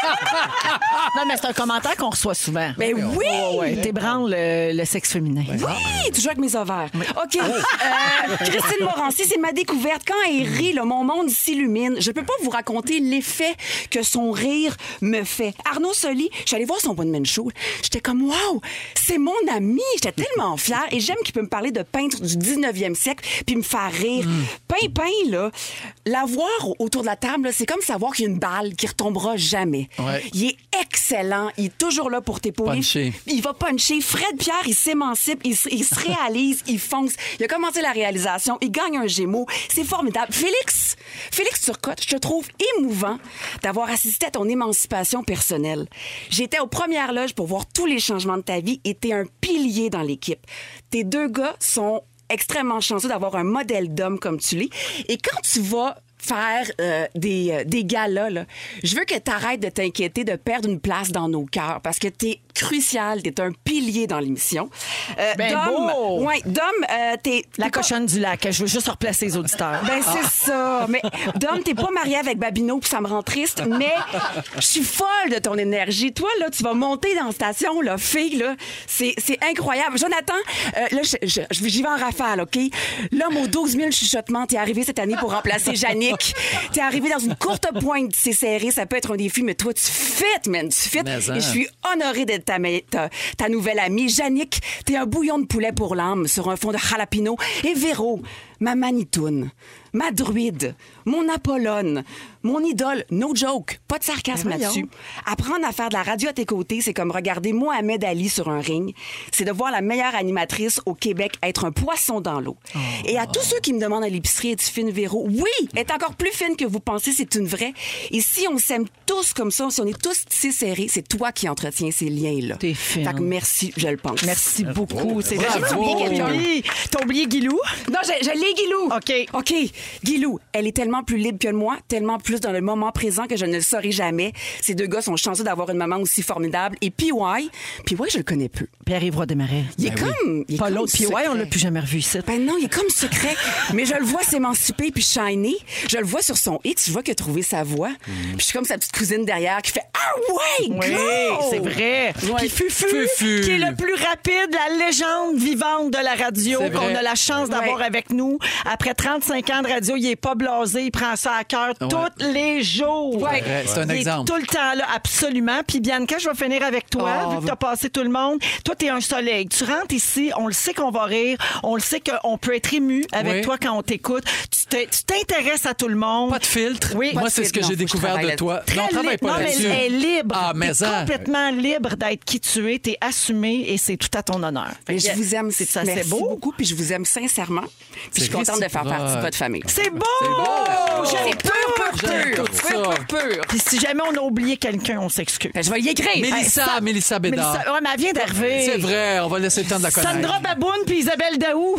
Non, mais c'est un commentaire qu'on reçoit souvent. Ben oui! Ouais, ouais, t'ébranles le, le sexe féminin. Oui, toujours avec mes ovaires. OK. Euh, Christine Morancy, c'est ma découverte. Quand elle rit, là, mon monde s'illumine. Je peux pas vous raconter l'effet que son rire me fait. Arnaud Soli, je suis allée voir son one-man show. J'étais comme, wow, c'est mon ami. J'étais tellement fière. Et j'aime qu'il peut me parler de peintres du dix-neuvième siècle puis me faire rire. Pimpin, là, l'avoir autour de la table, là, c'est comme savoir qu'il y a une balle qui retombera jamais. Ouais. Il est excellent. Il est toujours là pour t'épauler. Puncher. Il va puncher. Fred Pierre, il s'émancipe, il, se- il se réalise, il fonce. Il a commencé la réalisation, il gagne un Gémeaux. C'est formidable. Félix, Félix Turcotte, je te trouve émouvant d'avoir assisté à ton émancipation personnelle. J'étais aux premières loges pour voir tous les changements de ta vie et t'es un pilier dans l'équipe. Tes deux gars sont extrêmement chanceux d'avoir un modèle d'homme comme tu l'es. Et quand tu vas faire euh, des, euh, des galas, là, je veux que tu arrêtes de t'inquiéter de perdre une place dans nos cœurs parce que tu es crucial, tu es un pilier dans l'émission. Euh, Ben Dom, beau! ouais, Dom, euh, t'es... La t'es pas- cochonne du lac. Je veux juste replacer les auditeurs. Ben, c'est ça. Mais, Dom, t'es pas marié avec Babino, puis ça me rend triste, mais je suis folle de ton énergie. Toi, là, tu vas monter dans la station, là, fille, là. C'est, c'est incroyable. Jonathan, euh, là, je- je- je- j'y vais en rafale, OK? L'homme aux douze mille chuchotements, t'es arrivé cette année pour remplacer Yannick. T'es arrivé dans une courte pointe, c'est serré, ça peut être un défi, mais toi, tu fit, man, tu fit. Mais en. Et je suis honorée d'être ta, me- ta, ta nouvelle amie. Yannick, t'es un bouillon de poulet pour l'âme sur un fond de jalapeno. Et Véro, ma manitoune, ma druide, mon Apollone, mon idole, no joke, pas de sarcasme Ben voyons. là-dessus. Apprendre à faire de la radio à tes côtés, c'est comme regarder Mohamed Ali sur un ring. C'est de voir la meilleure animatrice au Québec être un poisson dans l'eau. Et à tous ceux qui me demandent à l'épicerie, es-tu fine, Véro? Oui, elle est encore plus fine que vous pensez, c'est une vraie. Et si on s'aime tous comme ça, si on est tous tissés serrés, c'est toi qui entretiens ces liens-là. T'es fine. Fait que merci, je le pense. Merci beaucoup. C'est Bravo. déjà oublié quelqu'un. T'as oublié Guilou? Non, je, je l'ai, Guilou. OK. OK. Guilou, elle est tellement plus libre que moi, tellement plus dans le moment présent que je ne le saurai jamais. Ces deux gars sont chanceux d'avoir une maman aussi formidable. Et P Y, P Y, je le connais peu. Pierre-Yves Roy Desmarais. Il est comme... Il est Pas comme l'autre. Puis ouais, on secret. l'a plus jamais revu ici. Ben non, il est comme secret. Mais je le vois s'émanciper puis shiner. Je le vois sur son hit. Je vois qu'il a trouvé sa voix. Puis je suis comme sa petite cousine derrière qui fait « Ah ouais, Oui, go! » c'est vrai. Puis Fufu, Fufu. qui est le plus rapide, la légende vivante de la radio, C'est vrai. qu'on a la chance d'avoir Ouais. avec nous. Après trente-cinq ans de radio, il est pas blasé, il prend ça à cœur tous les jours. Ouais. Ouais, c'est un Il est exemple. tout le temps là, absolument. Puis Bianca, je vais finir avec toi, Oh, vu que tu as passé tout le monde. Toi, tu es un soleil. Tu rentres ici, on le sait qu'on va rire, on le sait qu'on peut être ému avec Oui. toi quand on t'écoute. Tu t'es- tu t'intéresses à tout le monde. Pas de filtre. Oui. Moi, Pas de c'est ce que filtre, j'ai non, faut que je découvert travaille de toi. là-dessus. Non, on Très travaille libre. pas Non, mais là-dessus. elle est libre. Ah, mais T'es ça. complètement libre d'être qui tu es. T'es assumé et c'est tout à ton honneur. Mais je vous aime, c'est ça, merci c'est beau. beaucoup, puis je vous aime sincèrement. Puis je suis C'est contente de faire réciproque. partie de votre famille. C'est beau! beau. J'aime Pur, pur, J'aime pur, tout pur, ça. pur, pur. Puis si jamais on a oublié quelqu'un, on s'excuse. Ben, je vais y écrire. Mélissa, ça- Mélissa Bédard. Mélissa- ouais, mais elle vient d'arriver. C'est vrai, on va laisser le temps de la connaître. Sandra Baboune puis Isabelle Daou.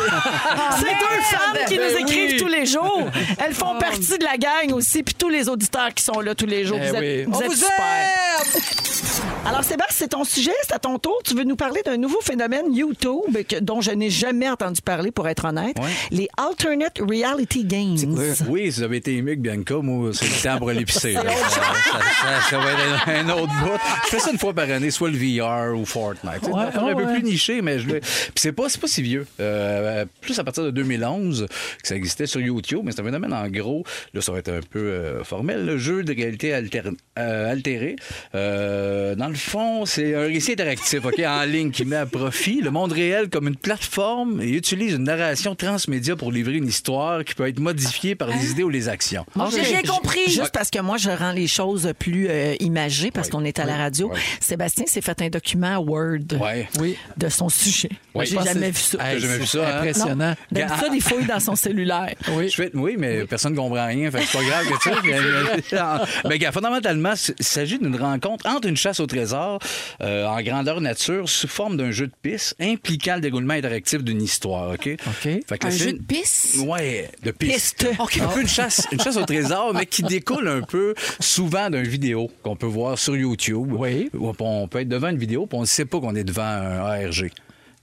C'est deux femmes qui Ben nous écrivent oui. tous les jours. Elles font partie de la gang aussi, puis tous les auditeurs qui sont là tous les jours. Eh vous êtes, oui. vous On êtes vous super. aime! Alors Sébastien, c'est ton sujet, c'est à ton tour. Tu veux nous parler d'un nouveau phénomène YouTube que- dont je n'ai jamais entendu parler, pour être honnête. Ouais. Les Alternate Reality Games. Oui, si vous avez été ému avec Bianca, moi, c'est le temps pour l'épicer. là. ça, ça- ça- ça va être un autre bout. Je fais ça une fois par année, soit le V R ou Fortnite. C'est Ouais, une affaire un ouais. peu plus niché, mais je le... Puis c'est pas, c'est pas si vieux. Euh, plus à partir de deux mille onze que ça existait sur YouTube, mais c'est un phénomène en gros. Là, ça va être un peu euh, formel. Le jeu de réalité alter... euh, altérée. Euh, dans le fond, c'est un récit interactif, OK, en ligne qui met à profit le monde réel comme une plateforme et utilise une narration transmédia pour livrer une histoire qui peut être modifiée par les idées ou les actions. J'ai rien compris. Juste parce que moi, je rends les choses plus euh, imagées parce Oui. qu'on est à la radio. Oui. Sébastien s'est fait un document Word Ouais. Oui. de son sujet. Oui. J'ai jamais vu ça. Hey, J'ai jamais vu ça, hein? Impressionnant. D'habitude, il fouille dans son cellulaire. Oui. Je fais, oui, mais personne ne comprend rien. Fait que c'est pas grave que ça. Mais, mais, gars, fondamentalement, il s'agit d'une rencontre entre une chasse au trésor euh, en grandeur nature sous forme d'un jeu de piste impliquant le déroulement interactif d'une histoire. OK? OK. Fait que Un le jeu film- de piste? Ouais, de piste. Piste. OK. Un peu une chasse, une chasse au trésor, mais qui découle un peu souvent d'une vidéo qu'on peut voir sur YouTube. Oui. Où on peut être devant une vidéo puis on ne sait pas qu'on est devant un A R G.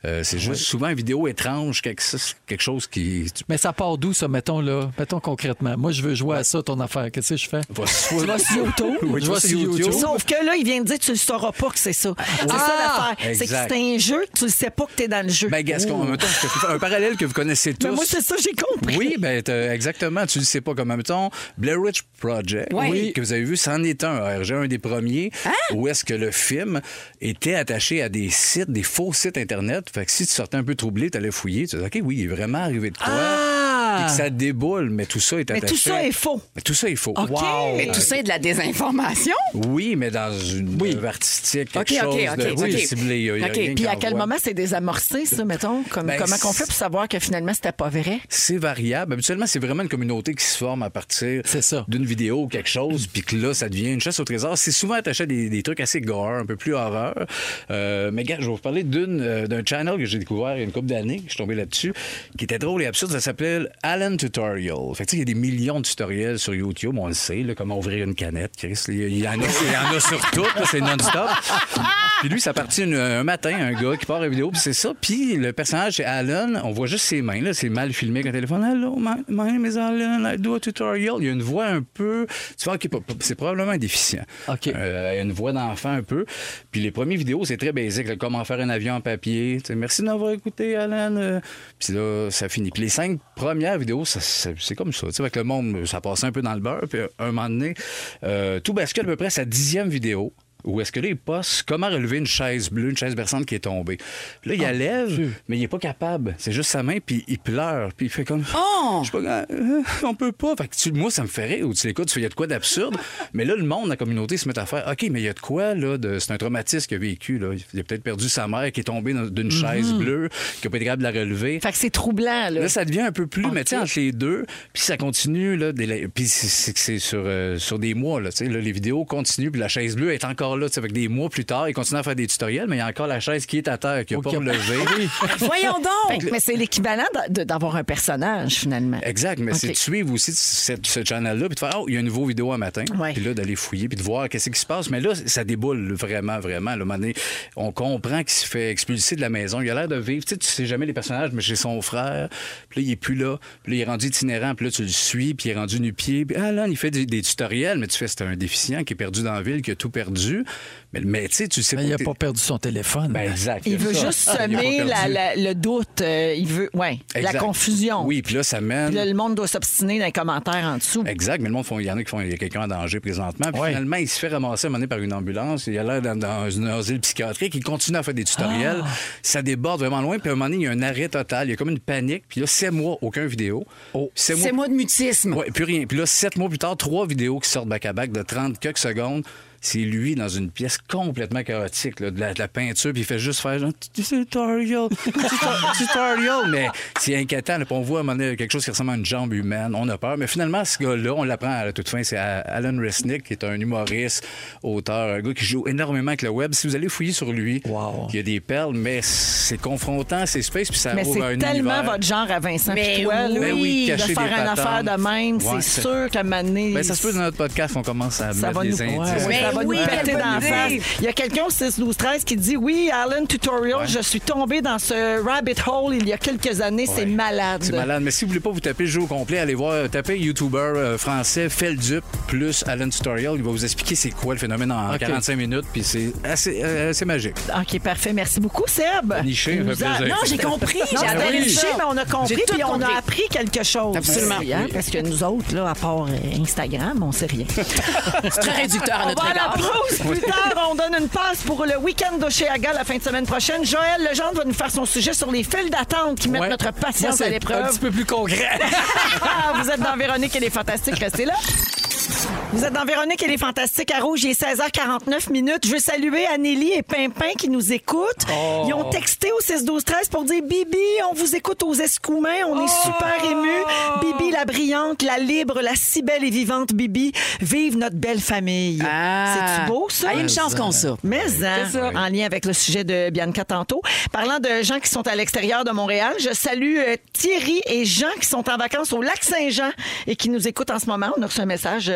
Euh, c'est juste souvent une vidéo étrange, quelque, quelque chose qui... Mais ça part d'où, ça, mettons, là? Mettons concrètement. Moi, je veux jouer à ça, ton affaire. Qu'est-ce que je fais? Va sur- Tu vas sur YouTube. Oui, tu Je vas vais sur sur YouTube. YouTube. Sauf que là, il vient de dire que tu ne sauras pas que c'est ça. C'est ça l'affaire. C'est que exact. c'est un jeu, tu ne sais pas que tu es dans le jeu. Ben, Gascon, en même temps, je te fais un parallèle que vous connaissez tous. Mais moi, c'est ça, j'ai compris. Oui, ben t'as- exactement. Tu le sais pas comme en même temps. Blair Witch Project, Oui. oui, que vous avez vu, c'en est un. A R G, un des premiers, où est-ce que le film était attaché à des sites, des faux sites Internet. Fait que si tu sortais un peu troublé, tu allais fouiller. Tu disais, OK, oui, il est vraiment arrivé de quoi? Ah! Et que ça déboule, mais tout ça est Mais attaché. tout ça est faux. Mais tout ça est faux. OK. Mais tout ça est de la désinformation. Oui, mais dans une Oui. œuvre artistique, quelque OK, OK, chose OK, de OK. oui, ciblé. Il y a- il y a OK. rien Puis qui à quel envoie. moment c'est désamorcé, ça, mettons? Comme, Ben, comment on fait c'est- pour savoir que finalement, c'était pas vrai? C'est variable. Habituellement, c'est vraiment une communauté qui se forme à partir C'est ça. d'une vidéo ou quelque chose, puis que là, ça devient une chasse au trésor. C'est souvent attaché à des, des trucs assez gore, un peu plus horreur. Euh, mais gars, je vais vous parler d'une, euh, d'un channel que j'ai découvert il y a une couple d'années, que je suis tombé là-dessus, qui était drôle et absurde. Ça s'appelait Alan Tutorial. Fait que, tu sais, il y a des millions de tutoriels sur YouTube, on le sait, là, comment ouvrir une canette, Chris. Il y, il y en a, il y en a sur tout, là, c'est non-stop. Puis lui, ça partit une- un matin, un gars qui part la vidéo, puis c'est ça. Puis le personnage, c'est Alan, on voit juste ses mains, là, c'est mal filmé avec un téléphone. Hello, my, my name is Alan, I do a tutorial. Il y a une voix un peu. Tu vois, OK, pas- pas- c'est probablement un déficient. OK. Euh, il y a une voix d'enfant un peu. Puis les premières vidéos, c'est très basique, là, comment faire un avion en papier. Tu sais, merci d'avoir écouté, Alan. Euh, Puis là, ça finit. Puis les cinq premières vidéos, ça- ça- c'est comme ça. Tu sais, avec le monde, ça passait un peu dans le beurre. Puis un moment donné, euh, tout bascule à peu près à sa dixième vidéo. Où est-ce que là, il poste comment relever une chaise bleue, une chaise berçante qui est tombée. Puis là, il la lève, mais il est pas capable. C'est juste sa main, puis il pleure. Puis il fait comme... Oh! Je sais pas, euh, on peut pas. Fait que tu- moi, ça me fait rire. Ou tu l'écoutes, tu fais, il y a de quoi d'absurde. Mais là, le monde, la communauté se met à faire, OK, mais il y a de quoi, là, de... c'est un traumatisme qu'il a vécu, là. Il a peut-être perdu sa mère qui est tombée dans- d'une chaise bleue, qui a pas été capable de la relever. Fait que c'est troublant, là. Là, ça devient un peu plus, OK. mais tu sais, entre les deux, puis ça continue, là, des- puis c'est- c'est que c'est sur, euh, sur des mois, là, tu sais, là, les vidéos continuent, puis la chaise bleue est encore là, tu sais, avec des mois plus tard, il continue à faire des tutoriels, mais il y a encore la chaise qui est à terre, qui n'a OK. pas relevé. Voyons donc! Fait que- mais c'est l'équivalent de- d'avoir un personnage, finalement. Exact, mais c'est OK. de suivre aussi cette- ce channel-là, puis de faire, oh, il y a une nouvelle vidéo un matin, Ouais. puis là, d'aller fouiller, puis de voir qu'est-ce qui se passe. Mais là, ça déboule vraiment, vraiment. Là, à un moment donné, on comprend qu'il se fait expulser de la maison. Il a l'air de vivre, tu sais, tu sais jamais les personnages, mais chez son frère, puis là, il est plus là, puis là, il est rendu itinérant, puis là, tu le suis, puis il est rendu nu-pied, puis ah là, il fait des, des tutoriels, mais tu fais, c'est un déficient qui est perdu dans la ville, qui a tout perdu. Mais, mais tu sais, tu sais Mais il n'a t'es- pas perdu son téléphone. Ben, exact. Il y a veut ça. juste Il a pas semer la- perdu. la- le doute. euh, il veut, ouais, la Exact. confusion. Oui, puis là, ça mène. Puis là, le monde doit s'obstiner dans les commentaires en dessous. Exact, mais le monde, font- il y en a qui font, il y a quelqu'un en danger présentement. Puis Ouais. finalement, il se fait ramasser à un moment donné par une ambulance. Il a l'air dans, dans une asile psychiatrique. Il continue à faire des tutoriels. Ah! Ça déborde vraiment loin. Puis à un moment donné, il y a un arrêt total. Il y a comme une panique. Puis là, sept mois, aucun vidéo. Oh, sept C'est moi de mutisme. Ouais, plus rien. Puis là, sept mois plus tard, trois vidéos qui sortent back-à-back de trente quelques secondes. C'est lui dans une pièce complètement chaotique, là, de, la, de la peinture, puis il fait juste faire genre tutorial, tuto- tutorial. Mais c'est inquiétant. Là, puis on voit à un moment donné quelque chose qui ressemble à une jambe humaine. On a peur. Mais finalement, ce gars-là, on l'apprend à la toute fin, c'est Alan Resnick, qui est un humoriste, auteur, un gars qui joue énormément avec le web. Si vous allez fouiller sur lui, Wow. il y a des perles, mais c'est confrontant, c'est space, puis ça Mais ouvre un c'est tellement univers. votre genre à Vincent Mais Pitois, là, Ben oui, de cacher faire des une affaire patentes. de même. Ouais, c'est c'est- sûr qu'à un moment donné, Ben, ça se peut dans notre podcast, on commence à ça mettre va des nous, indices. ouais, Mais ça va oui, nous péter quelle bonne dans la idée. face. Il y a quelqu'un au six douze treize qui dit oui, Alan Tutorial, Ouais. je suis tombé dans ce rabbit hole il y a quelques années, c'est Ouais. malade. C'est malade. Mais si vous voulez pas vous taper le jeu au complet, allez voir, euh, tapez YouTuber euh, français Feldup plus Alan Tutorial. Il va vous expliquer c'est quoi le phénomène en OK. quarante-cinq minutes. Puis c'est assez, euh, assez magique. OK, parfait. Merci beaucoup, Seb. Niché, Il ça nous fait a- plaisir. Non, j'ai compris. J'ai J'ai adoré adoré ça. mais on a compris, J'ai tout puis on a compris. appris quelque chose. Absolument. Merci, hein, Oui. parce que nous autres, là, à part euh, Instagram, on sait rien. C'est très réducteur à On notre va à la égard. pause. Plus tard, on donne une passe pour le week-end d'Oshéaga la fin de semaine prochaine. Joël Legendre va nous faire son sujet sur les files d'attente qui mettent Ouais. notre Moi, patience c'est à un l'épreuve. petit peu plus concret. Vous êtes dans Véronique et les Fantastiques. Restez là. Vous êtes dans Véronique et les Fantastiques à Rouge. Il est seize heures quarante-neuf minutes. Je veux saluer Anélie et Pimpin qui nous écoutent. Ils ont texté au six douze treize pour dire « Bibi, on vous écoute aux Escoumins. On est super émus. Bibi, la brillante, la libre, la si belle et vivante Bibi. Vive notre belle famille. Ah. C'est-tu beau, ça? Ah, il y a une chance qu'on ça. Mais hein, C'est ça. en lien avec le sujet de Bianca tantôt. Parlant de gens qui sont à l'extérieur de Montréal, je salue euh, Thierry et Jean qui sont en vacances au Lac-Saint-Jean et qui nous écoutent en ce moment. On a reçu un message euh, au six douze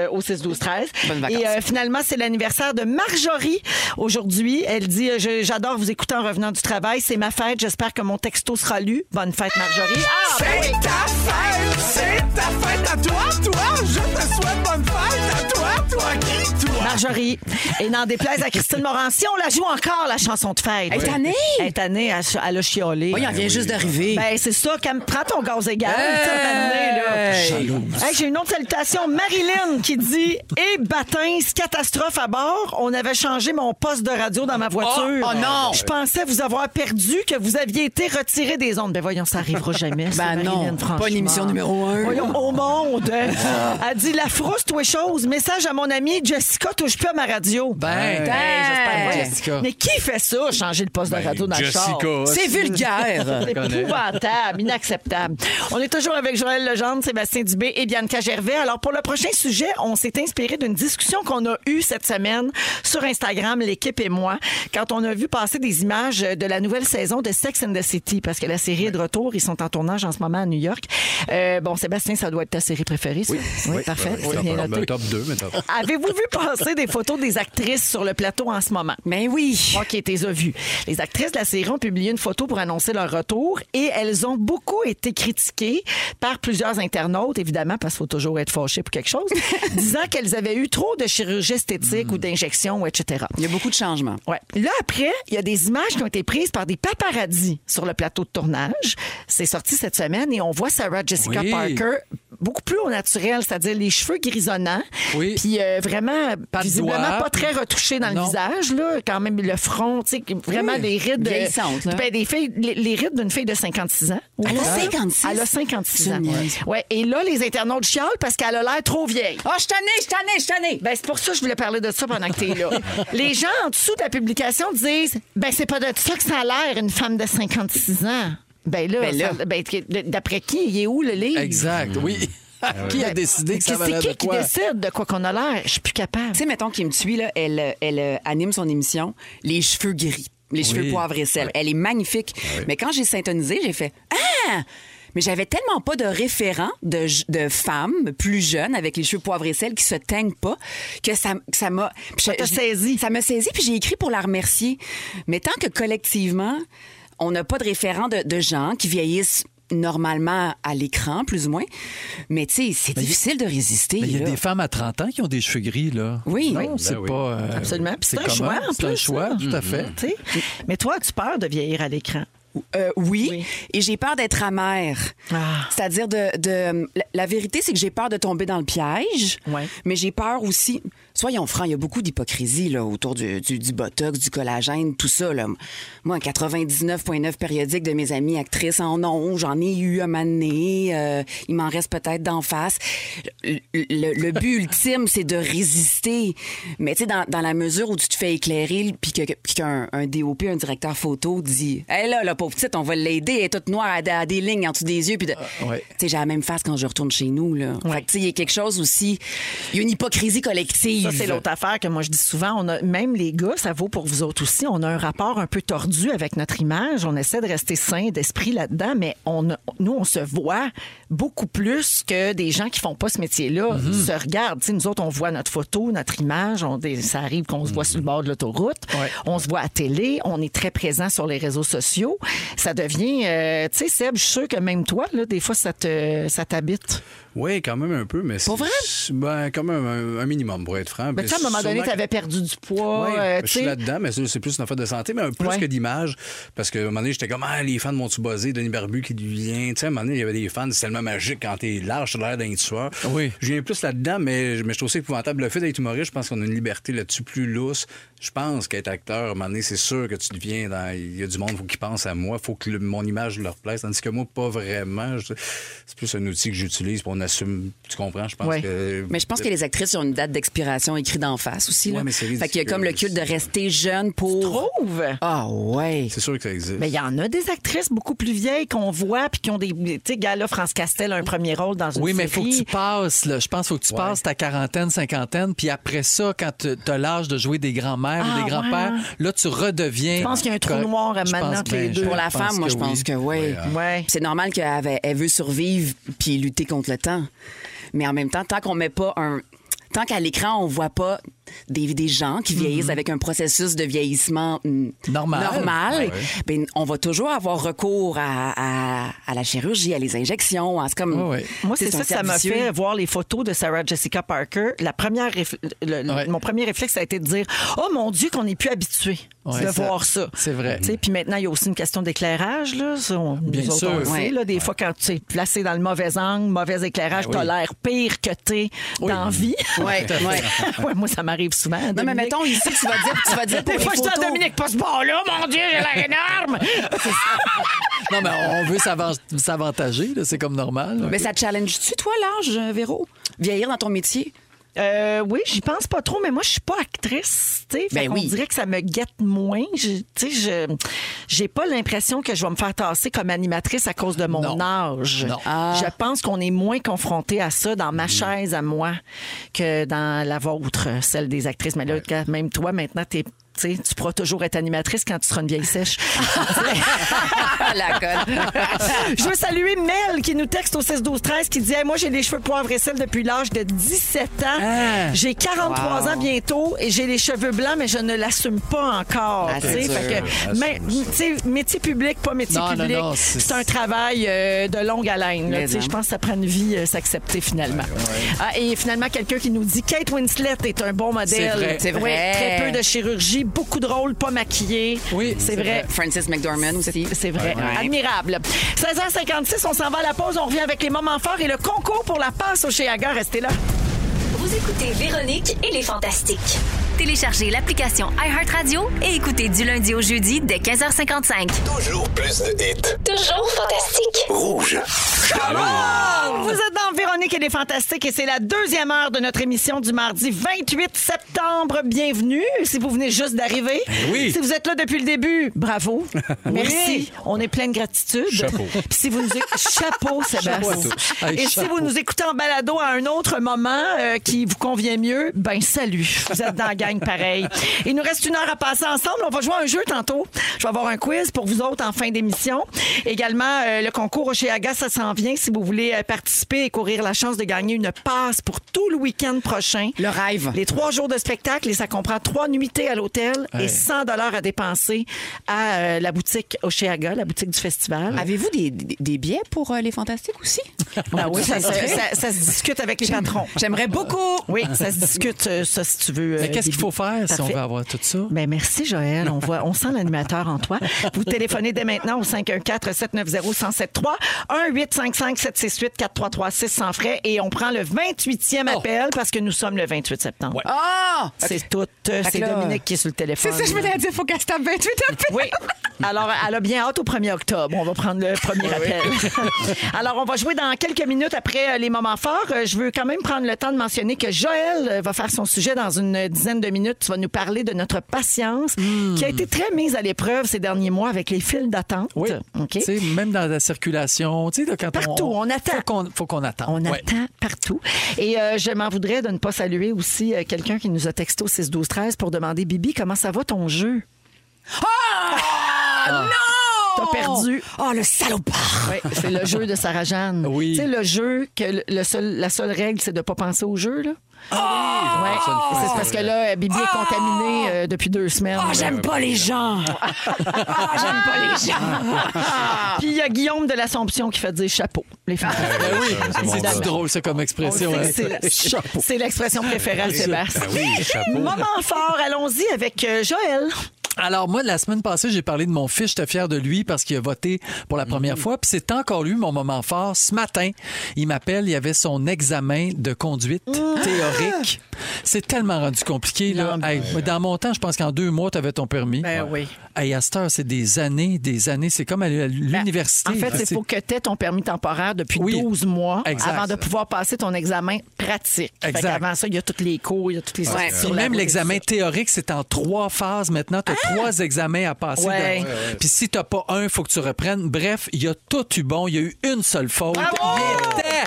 douze treize. Bonnes vacances. Et euh, finalement, c'est l'anniversaire de Marjorie aujourd'hui. Elle dit euh, je- J'adore vous écouter en revenant du travail. C'est ma fête. J'espère que mon texto sera lu. Bonne fête, Marjorie. Ah, ben oui. C'est ta fête, c'est ta fête à toi, toi. Je te souhaite bonne fête à toi, toi qui, toi. Marjorie. Et n'en déplaise à Christine Morancy, on la joue encore, la chanson de fête. Elle est tannée. Elle est tannée, elle, elle a chiolé. Oui, elle vient juste d'arriver. Ben, c'est ça, quand prends ton gaz égal. Hey! tu sais, t'amener, là. Hey, j'ai une autre salutation. Marilyn qui dit Eh, bâtins, catastrophe à bord. On avait changé mon poste de radio dans ma voiture. Oh, oh non! Je pensais vous avoir perdu, que vous aviez été retiré des ondes. Ben voyons, ça arrivera jamais. ça, Ben non, Marilyn, pas franchement. une émission numéro un. Voyons, au monde. Elle dit La frousse, toi, chose. Message à mon amie Jessica, touche plus à ma radio. Ben, Ben, j'espère pas. Jessica. Mais qui fait ça, changer le poste de radio dans le char? Jessica. C'est vulgaire. C'est épouvantable, inacceptable. On est toujours avec Joël Legendre, Sébastien Dubé et Bianca Gervais. Alors, pour le prochain sujet, on s'est inspiré d'une discussion qu'on a eue cette semaine sur Instagram, l'équipe et moi, quand on a vu passer des images de la nouvelle saison de Sex and the City, parce que la série est de retour. Ils sont en tournage en ce moment à New York. Euh, bon, Sébastien, ça doit être ta série préférée, ça? Oui, parfait. Oui, C'est bien top, noté. top deux, mais top. Avez-vous vu passer des photos des actrices sur le plateau en ce moment? Mais oui. OK, t'es as vues. Les actrices de la série ont publié une photo pour annoncer leur retour et elles ont beaucoup été critiquées par plusieurs internautes, évidemment, parce qu'il faut toujours être fâché pour quelque chose, disant qu'elles avaient eu trop de chirurgie esthétique ou d'injections, et cetera. Il y a beaucoup de changements. Ouais. Là, après, il y a des images qui ont été prises par des paparazzis sur le plateau de tournage. C'est sorti cette semaine et on voit Sarah Jessica Oui. Parker beaucoup plus au naturel, c'est-à-dire les cheveux grisonnants. Oui. Puis euh, vraiment, Pas de visiblement doigts. pas très retouché dans Non. le visage, là. Quand même, le front, tu sais, vraiment Oui. des rides. euh, Vieillissantes, là. ben, des filles, les, les rides d'une fille de cinquante-six ans. Elle a Ouais. cinquante-six? Elle a cinquante-six Tu ans. niaises. Ouais. Et là, les internautes chialent parce qu'elle a l'air trop vieille. Oh, je t'en ai, je t'en ai, je t'en ai. Ben, c'est pour ça que je voulais parler de ça pendant que t'es là. Les gens en dessous de la publication disent ben, c'est pas de ça que ça a l'air, une femme de cinquante-six ans. Ben là, Ben là. ça- ben, d'après qui? Il est où le livre? Exact, oui. Qui a décidé que ça C'est valait qui de qui quoi? décide de quoi qu'on a l'air? Je suis plus capable. Tu sais, mettons qui me suit, là, elle, elle euh, anime son émission Les cheveux gris, les cheveux Oui. poivre et sel. Elle est magnifique. Mais quand j'ai syntonisé, j'ai fait Ah! Mais j'avais tellement pas de référents de, de femmes plus jeunes avec les cheveux poivre et sel qui se teignent pas que ça que ça m'a Ça t'a je- saisi. Ça m'a saisi puis j'ai écrit pour la remercier. Mais tant que collectivement, on n'a pas de référents de, de gens qui vieillissent normalement à l'écran, plus ou moins. Mais tu sais, c'est difficile de résister. Mais il y a là. des femmes à trente ans qui ont des cheveux gris, là. Oui. Non, c'est Ben oui. pas. euh, Absolument. Puis c'est un commun. choix, en C'est un plus, choix, ça. tout à fait. Tu sais. Mais toi, as-tu peur de vieillir à l'écran? Euh, oui. Oui. Et j'ai peur d'être amère. Ah. C'est-à-dire de, de la, la vérité, c'est que j'ai peur de tomber dans le piège. Ouais. Mais j'ai peur aussi. Soyons francs, il y a beaucoup d'hypocrisie là autour du, du, du botox, du collagène, tout ça là. Moi, quatre-vingt-dix-neuf virgule neuf périodiques de mes amies actrices en ont, j'en ai eu un moment donné. Euh, il m'en reste peut-être d'en face. Le, le- le but ultime, c'est de résister. Mais tu sais, dans, dans la mesure où tu te fais éclairer, puis que- puis qu'un un D O P, un directeur photo dit, hé là, la pauvre petite, on va l'aider, elle est toute noire, elle a des lignes en dessous des yeux, puis de... ouais. Tu sais, j'ai la même face quand je retourne chez nous là. Fait que tu sais, il y a quelque chose aussi, il y a une hypocrisie collective. Ça, c'est l'autre affaire que moi, je dis souvent. On a, même les gars, ça vaut pour vous autres aussi. On a un rapport un peu tordu avec notre image. On essaie de rester sain d'esprit là-dedans, mais on a- nous, on se voit beaucoup plus que des gens qui font pas ce métier-là Mm-hmm. se regardent. Tu sais, nous autres, on voit notre photo, notre image. On, des- ça arrive qu'on se voit sur le bord de l'autoroute. Ouais. On se voit à télé. On est très présent sur les réseaux sociaux. Ça devient... euh, tu sais, Seb, je suis sûr que même toi, là, des fois, ça te, ça t'habite. Oui, quand même un peu, mais c'est. Pas vrai? Ben, quand même un, un minimum, pour être franc. Mais tu sais, à un moment donné, Sûrement tu avais perdu du poids. Oui, euh, je tu suis sais. là-dedans, mais ça, c'est plus une affaire de santé, mais un plus Ouais. que d'image. Parce qu'à un moment donné, j'étais comme, ah, les fans m'ont-tu buzzé, Denis Barbu qui vient. Tu sais, à un moment donné, il y avait des fans, c'est tellement magique quand t'es large, t'as l'air d'un tueur. Oui. Je viens plus là-dedans, mais, mais je trouve ça épouvantable. Le fait d'être humoriste, je pense qu'on a une liberté là-dessus plus lousse. Je pense qu'être acteur, à un moment donné, c'est sûr que tu deviens dans. Il y a du monde faut qu'il pense à moi, faut que le- mon image leur plaise. Tandis que moi, pas vraiment. Je- C'est plus un outil que j'utilise pour on assume. Tu comprends? Je pense Ouais. que. Mais je pense que les actrices ont une date d'expiration écrite d'en face aussi. Là. Ouais, mais c'est fait qu'il y a comme le culte de rester jeune pour. Trouve. Ah ouais. C'est sûr que ça existe. Mais il y en a des actrices beaucoup plus vieilles qu'on voit puis qui ont des. Tu sais, gars, là, France Castel a un premier rôle dans une Oui, mais il série. faut que tu passes, là. Je pense qu'il faut que tu passes ta quarantaine, cinquantaine, puis après ça, quand tu as l'âge de jouer des grands-mères Ah, ou des grands-pères, là, tu redeviens. Je pense qu'il y a un trou correct. noir à Je maintenant pense entre les bien, deux. je Pour la pense femme, moi, je que pense oui. que oui. Ouais. C'est normal qu'elle avait- elle veut survivre puis lutter contre le temps. Mais en même temps, tant qu'on met pas un. tant qu'à l'écran, on voit pas des, des gens qui vieillissent mm-hmm. avec un processus de vieillissement mm, normal, normal ouais. ben, on va toujours avoir recours à, à, à la chirurgie, à les injections. À, c'est comme, ouais, ouais. Moi, c'est ça que ça m'a fait voir les photos de Sarah Jessica Parker. La première réf... le, ouais. Mon premier réflexe, ça a été de dire « Oh mon Dieu, qu'on n'est plus habitué ouais, de ça, voir ça. » C'est vrai. Puis maintenant, il y a aussi une question d'éclairage. Là. Ça, on, Bien nous sûr. autres, on ouais. sait, là, des ouais. fois, quand tu es placé dans le mauvais angle, mauvais éclairage, ben, t'as oui. l'air pire que t'es oui. dans vie. Ouais, ouais. ouais, moi, ça m'arrive souvent. Non, mais mettons ici, tu vas dire, tu vas dire pour des les fois, photos. je dis à Dominique, pas ce bord-là, mon Dieu, j'ai l'air énorme. Non, mais on veut s'avantager, là, c'est comme normal. Mais okay. ça te challenge-tu, toi, l'âge, Véro? Vieillir dans ton métier? Euh, oui, j'y pense pas trop, mais moi, je suis pas actrice. Ben oui. On dirait que ça me guette moins. Je, je j'ai pas l'impression que je vais me faire tasser comme animatrice à cause de mon non. âge. Non. Ah. Je pense qu'on est moins confronté à ça dans ma mmh. chaise à moi que dans la vôtre, celle des actrices. Mais là, ouais. même toi, maintenant, t'es tu pourras toujours être animatrice quand tu seras une vieille sèche. La conne. Je veux saluer Mel qui nous texte au six douze treize qui dit hey, « Moi, j'ai les cheveux poivre et sel depuis l'âge de dix-sept ans. Ah. J'ai quarante-trois wow. ans bientôt et j'ai les cheveux blancs, mais je ne l'assume pas encore. Ah, fait que, mais, métier public, pas métier non, public, non, non, c'est... c'est un travail euh, de longue haleine. Là, je pense que ça prend une vie euh, s'accepter finalement. Ouais, ouais. Ah, et finalement, quelqu'un qui nous dit « Kate Winslet est un bon modèle. C'est vrai. C'est vrai. Ouais, très peu de chirurgie, beaucoup de rôles pas maquillés. Oui, c'est, c'est vrai. vrai. Frances McDormand aussi. C'est, c'est vrai. Ouais. Admirable. seize heures cinquante-six, on s'en va à la pause. On revient avec les moments forts et le concours pour la passe au Cheaga. Restez là. Vous écoutez Véronique et les Fantastiques. Téléchargez l'application iHeartRadio et écoutez du lundi au jeudi dès quinze heures cinquante-cinq. Toujours plus de hits. Toujours fantastique. Rouge. Come on! Vous êtes dans Véronique et les Fantastiques et c'est la deuxième heure de notre émission du mardi vingt-huit septembre. Bienvenue. Si vous venez juste d'arriver. Oui. Si vous êtes là depuis le début, bravo. Merci. Oui. On est plein de gratitude. Chapeau. Puis si vous nous écoutez, chapeau, Sébastien. Hey, et chapeau. si vous nous écoutez en balado à un autre moment euh, qui vous convient mieux, ben salut. Vous êtes dans la gang pareil. Il nous reste une heure à passer ensemble. On va jouer à un jeu tantôt. Je vais avoir un quiz pour vous autres en fin d'émission. Également, euh, le concours au Cheaga, ça s'en vient. Si vous voulez euh, participer et courir la chance de gagner une passe pour tout le week-end prochain. Le rêve. Les trois jours de spectacle et ça comprend trois nuitées à l'hôtel ouais. et cent dollars à dépenser à euh, la boutique au Cheaga, la boutique du festival. Ouais. Avez-vous des, des, des billets pour euh, les Fantastiques aussi? Ah oui, ça, ça, ça, ça se discute avec les patrons. J'aimerais beaucoup. Oui, ça se discute, euh, ça, si tu veux. Euh, Mais qu'est-ce qu'il faut faire Parfait. si on veut avoir tout ça? Ben merci, Joël. On, voit, on sent l'animateur en toi. Vous téléphonez dès maintenant au cinq un quatre, sept neuf zéro, un zéro sept trois, un huit cinq cinq, sept six huit, quatre trois trois six sans frais et on prend le vingt-huitième oh. appel parce que nous sommes le vingt-huit septembre. Ah! Ouais. Oh! C'est okay. tout. Euh, c'est là, Dominique qui est sur le téléphone. C'est ça, je me l'ai dit, il faut qu'elle se tape vingt-huit appels. Oui. Alors, elle a bien hâte au premier octobre. On va prendre le premier appel. Alors, on va jouer dans quelques minutes après les moments forts. Je veux quand même prendre le temps de mentionner que Joël va faire son sujet dans une dizaine de minutes. Tu vas nous parler de notre patience mmh. qui a été très mise à l'épreuve ces derniers mois avec les files d'attente. Oui. Okay. Tu sais, même dans la circulation, tu sais, quand partout, on, on attend. Faut qu'on, faut qu'on attende. On ouais. attend partout. Et euh, je m'en voudrais de ne pas saluer aussi euh, quelqu'un qui nous a texté au six douze treize pour demander Bibi, comment ça va ton jeu? Ah! ah. Non! T'as perdu. Oh, le salopard! Oui, c'est le jeu de Sarah-Jeanne. Oui. Tu sais, le jeu, que le seul, la seule règle, c'est de ne pas penser au jeu, là. Oh! Ouais. Oh! C'est parce que là, Bibi est contaminée euh, depuis deux semaines. Oh, j'aime pas les gens! Oh, j'aime pas les gens! Puis il y a Guillaume de l'Assomption qui fait dire chapeau. Les femmes. Ben oui, c'est, bon, c'est ça. drôle, ça, comme expression. Hein. C'est, c'est, c'est l'expression préférée à Sébastien. Ben oui, chapeau. Moment fort, allons-y avec euh, Joël. Alors, moi, la semaine passée, j'ai parlé de mon fils. J'étais fier de lui parce qu'il a voté pour la première mmh. fois. Puis c'est encore lui, mon moment fort. Ce matin, il m'appelle. Il y avait son examen de conduite mmh. théorique. C'est tellement rendu compliqué. Là. Non, hey, ben... Dans mon temps, je pense qu'en deux mois, tu avais ton permis. Ben oui. Hey, à cette heure, c'est des années, des années. C'est comme à l'université. Ben, en fait, il faut que tu aies ton permis temporaire depuis oui. douze mois exact. Avant de pouvoir passer ton examen pratique. Avant ça, il y a tous les cours, il y a toutes les ouais. sur Même l'examen théorique, c'est en trois phases maintenant. Tu as ah! trois examens à passer. Ouais. Ouais, ouais. Puis si tu n'as pas un, il faut que tu reprennes. Bref, il y a tout eu bon. Il y a eu une seule faute. Bravo! Il était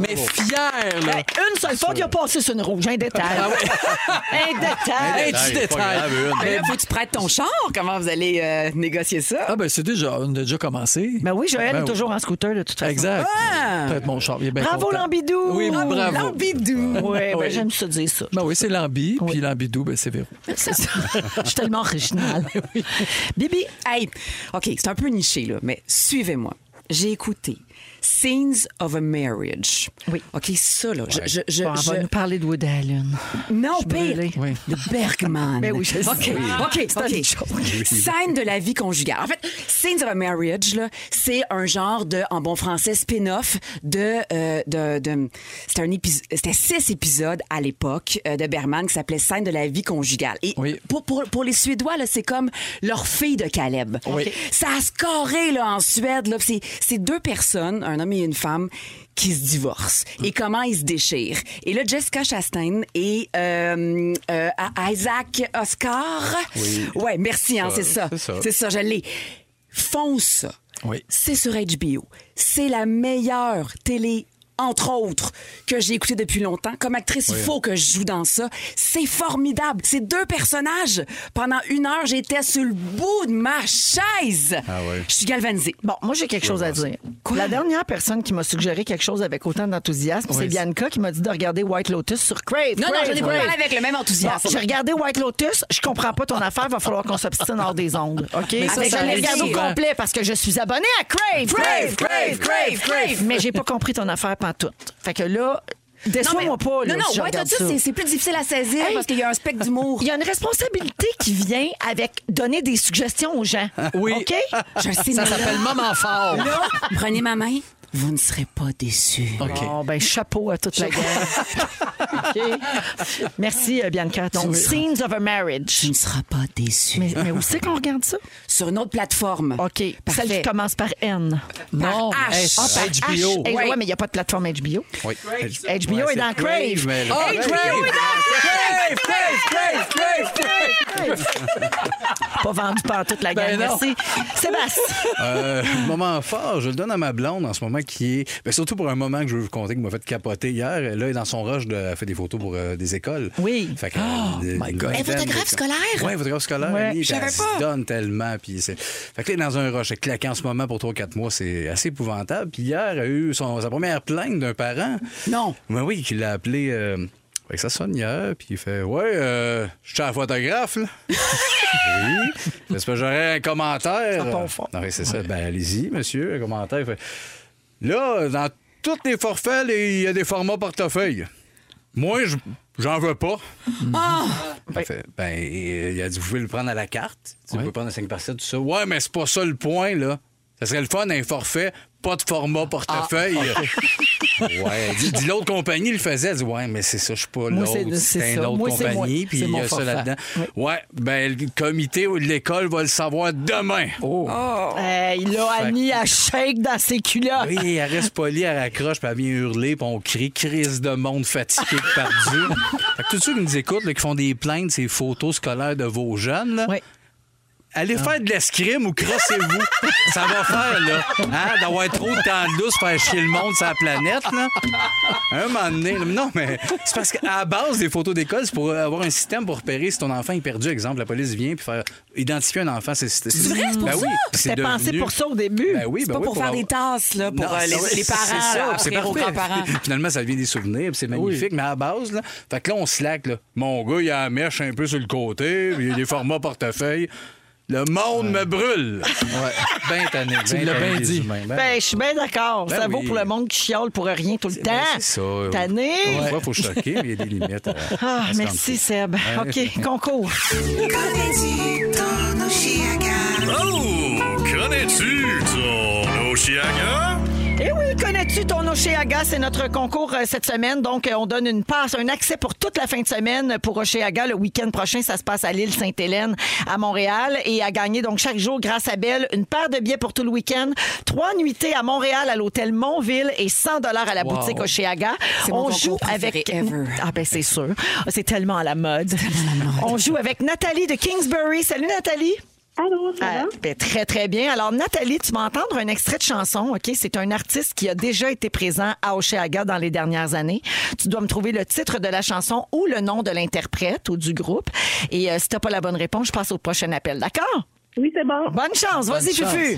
Mais fier, là. Ben, une seule fois qu'il a passé sur une rouge, un détail. Ah oui. Un détail. Un petit c'est pas détail. grave, une. Mais là, faut que tu prêtes ton char. Comment vous allez euh, négocier ça? Ah ben c'est déjà, on a déjà commencé. Ben oui, Joël Ben est oui. toujours en scooter de toute façon. Exact. Ah! Peut-être mon char. Il est bien Bravo, content. Lambidou! Oui, bravo. Lambidou! Oui, ben, Oui. j'aime ça dire ça. Ben oui, c'est Lambi, puis Lambidou, ben c'est Véro. C'est ça. Je suis tellement originale. Bibi, Hey, OK, c'est un peu niché, là, mais suivez-moi. J'ai écouté Scenes of a Marriage. Oui. OK, ça, là, je... je, je, bon, on va je- nous parler de Woody Allen. Non, suis pire. brûlée. Oui. De Bergman. Ben oui, je sais. OK, OK, C'est un OK. joke. Scène de la vie conjugale. En fait, Scenes of a Marriage, là, c'est un genre de, en bon français, spin-off de... euh, de, de c'était, un épis- c'était six épisodes à l'époque euh, de Bergman qui s'appelait Scène de la vie conjugale. Et Oui. pour, pour, pour les Suédois, là, c'est comme leur fille de Caleb. Oui. Ça a scoré là, en Suède. Là, c'est, c'est deux personnes, un homme et une femme, qui se divorcent et comment ils se déchirent. Et là, Jessica Chastain et euh, euh, Isaac Oscar. Oui. Ouais, merci, hein, c'est ça. c'est ça. C'est ça, je l'ai. Font ça. Oui. C'est sur H B O. C'est la meilleure télé, entre autres, que j'ai écouté depuis longtemps. Comme actrice, il faut que je joue dans ça. C'est formidable. C'est deux personnages. Pendant une heure, j'étais sur le bout de ma chaise. Ah ouais. Je suis galvanisée. Bon, moi, j'ai quelque chose à dire. Quoi? La dernière personne qui m'a suggéré quelque chose avec autant d'enthousiasme, c'est Bianca qui m'a dit de regarder White Lotus sur Crave. Non, non, Crave, j'en ai pas Crave. parlé avec le même enthousiasme. Bon, j'ai regardé White Lotus, je comprends pas ton affaire, va falloir qu'on s'obstine hors des ondes. OK? Mais ça, Fait que ça je l'ai arrive regardé au souvent. complet parce que je suis abonnée à Crave. Crave, Crave, Crave, Crave. Mais j'ai pas compris ton affaire pantoute. Fait que là, déçois-moi pas. Là, Non, non, si je White regarde Lotus, ça. c'est, c'est plus difficile à saisir Hey. parce qu'il y a un spectre d'humour. Il y a une responsabilité qui vient avec donner des suggestions aux gens. Oui. OK? Je le sais, Ça mais là, s'appelle Moment fort. là, prenez ma main. Vous ne serez pas déçus. OK. Bon, ben, chapeau à toute la gang. OK? Merci, euh, Bianca. Donc, Scenes of a Marriage. Tu ne seras pas déçu. Mais, mais où c'est qu'on regarde ça? Sur une autre plateforme. OK. Parfait. Celle qui commence par N. Non, Par H. H- Ah, par H B O. H. Eh, Ouais. ouais, mais il n'y a pas de plateforme H B O. Oui. H B O est dans Crave. mais le- Ah, H B O Crave. est dans Crave, Crave, Crave, Crave. Pas vendu par toute la gang. Ben non. Merci. Sébastien. Euh, moment fort, je le donne à ma blonde en ce moment qui est. Ben, surtout pour un moment que je veux vous conter qui m'a fait capoter hier. Là, elle est dans son rush, de, elle fait des photos pour euh, des écoles. Oui. Fait que, Oh, euh, my une God. Elle est vingtaine photographe de- scolaire? Ouais, photographe scolaire. Ouais. elle, puis Je savais elle pas. se donne tellement. Puis c'est... Fait que là, elle est dans un rush. Elle claque en ce moment pour trois quatre mois. C'est assez épouvantable. Puis hier, elle a eu son, sa première plainte d'un parent. Non. Ben oui, qui l'a appelé. Euh... Fait que ça sonne hier, puis il fait Ouais, euh, je suis un photographe, là. Oui. Est-ce que j'aurais un commentaire? Ça part fort. Non, oui, c'est ça. Ben, allez-y, monsieur, un commentaire. Il fait, là, dans tous les forfaits, il y a des formats portefeuille. Moi, je- j'en veux pas. Ah! Il fait, ben, il a dit Vous pouvez le prendre à la carte. Tu sais, Vous Ouais. pouvez prendre à cinq par sept, tout ça. Ouais, mais c'est pas ça le point, là. Ça serait le fun, un forfait, pas de format portefeuille. Ouais, dit, dit l'autre compagnie le faisait. Elle dit, ouais, mais c'est ça, je suis pas Moi, l'autre. c'est- c'est C'est une ça. autre Moi, c'est moi. compagnie, puis C'est il y mon a ça forfait. là-dedans. Ouais, ben, le comité de l'école va le savoir demain. Oh. Euh, il a Fait- Annie à shake dans ses culottes. Oui, elle reste polie, elle raccroche, puis elle vient hurler, puis on crie crise de monde fatigué de perdu. Fait que tous ceux qui nous écoutent, là, qui font des plaintes, ces photos scolaires de vos jeunes, là, Oui. allez faire de l'escrime ou crossez-vous. Ça va faire, là. Hein, d'avoir trop de temps de lousse, faire chier le monde sur la planète, là. Un moment donné. là. Non, mais c'est parce qu'à la base des photos d'école, c'est pour avoir un système pour repérer si ton enfant est perdu. Exemple, la police vient puis faire identifier un enfant. C'est, c'est, C'est vrai, c'est pour ben ça? oui, puis c'est C'était pensé devenu- pour ça au début. Ben oui, C'est ben pas oui, pour faire avoir- des tasses, là, pour non, euh, les, c'est- les c'est parents, ça, là, c'est offrir aux parfait. grands-parents. Finalement, ça devient des souvenirs, puis c'est magnifique. Mais à la base, là, fait que là, on slack. Là. Mon gars, il a la mèche un peu sur le côté, puis il y a des formats portefeuille. Le monde me brûle. Ouais. Ben tanné. Tu ben l'as tanné bien des dit. humains. Ben, Ben, je suis bien d'accord. Ben ça vaut oui. pour le monde qui chiale pour rien tout le ben, temps. c'est ça. Tanné. Des fois, il faut choquer, mais il y a des limites. à- Ah, à se merci, rendre Seb. OK, concours. Oh, connais-tu ton Oshiaga? Et oui, connais-tu ton Oshéaga? C'est notre concours euh, cette semaine. Donc, euh, on donne une passe, un accès pour toute la fin de semaine pour Oshéaga. Le week-end prochain, ça se passe à l'île Sainte-Hélène, à Montréal. Et à gagner, donc, chaque jour, grâce à Belle, une paire de billets pour tout le week-end, trois nuitées à Montréal, à l'hôtel Montville et cent dollars à la Wow. boutique Oshéaga. C'est mon On concours joue préféré avec... ever. Ah, ben, c'est sûr. C'est tellement à la mode. On joue avec Nathalie de Kingsbury. Salut, Nathalie. Allô, ça Ah, va? ben, très, très bien. Alors, Nathalie, tu vas entendre un extrait de chanson, OK? C'est un artiste qui a déjà été présent à Oshéaga dans les dernières années. Tu dois me trouver le titre de la chanson ou le nom de l'interprète ou du groupe. Et euh, si t'as pas la bonne réponse, je passe au prochain appel, d'accord? Oui, c'est bon. Bonne chance. Vas-y, chance. Fufu.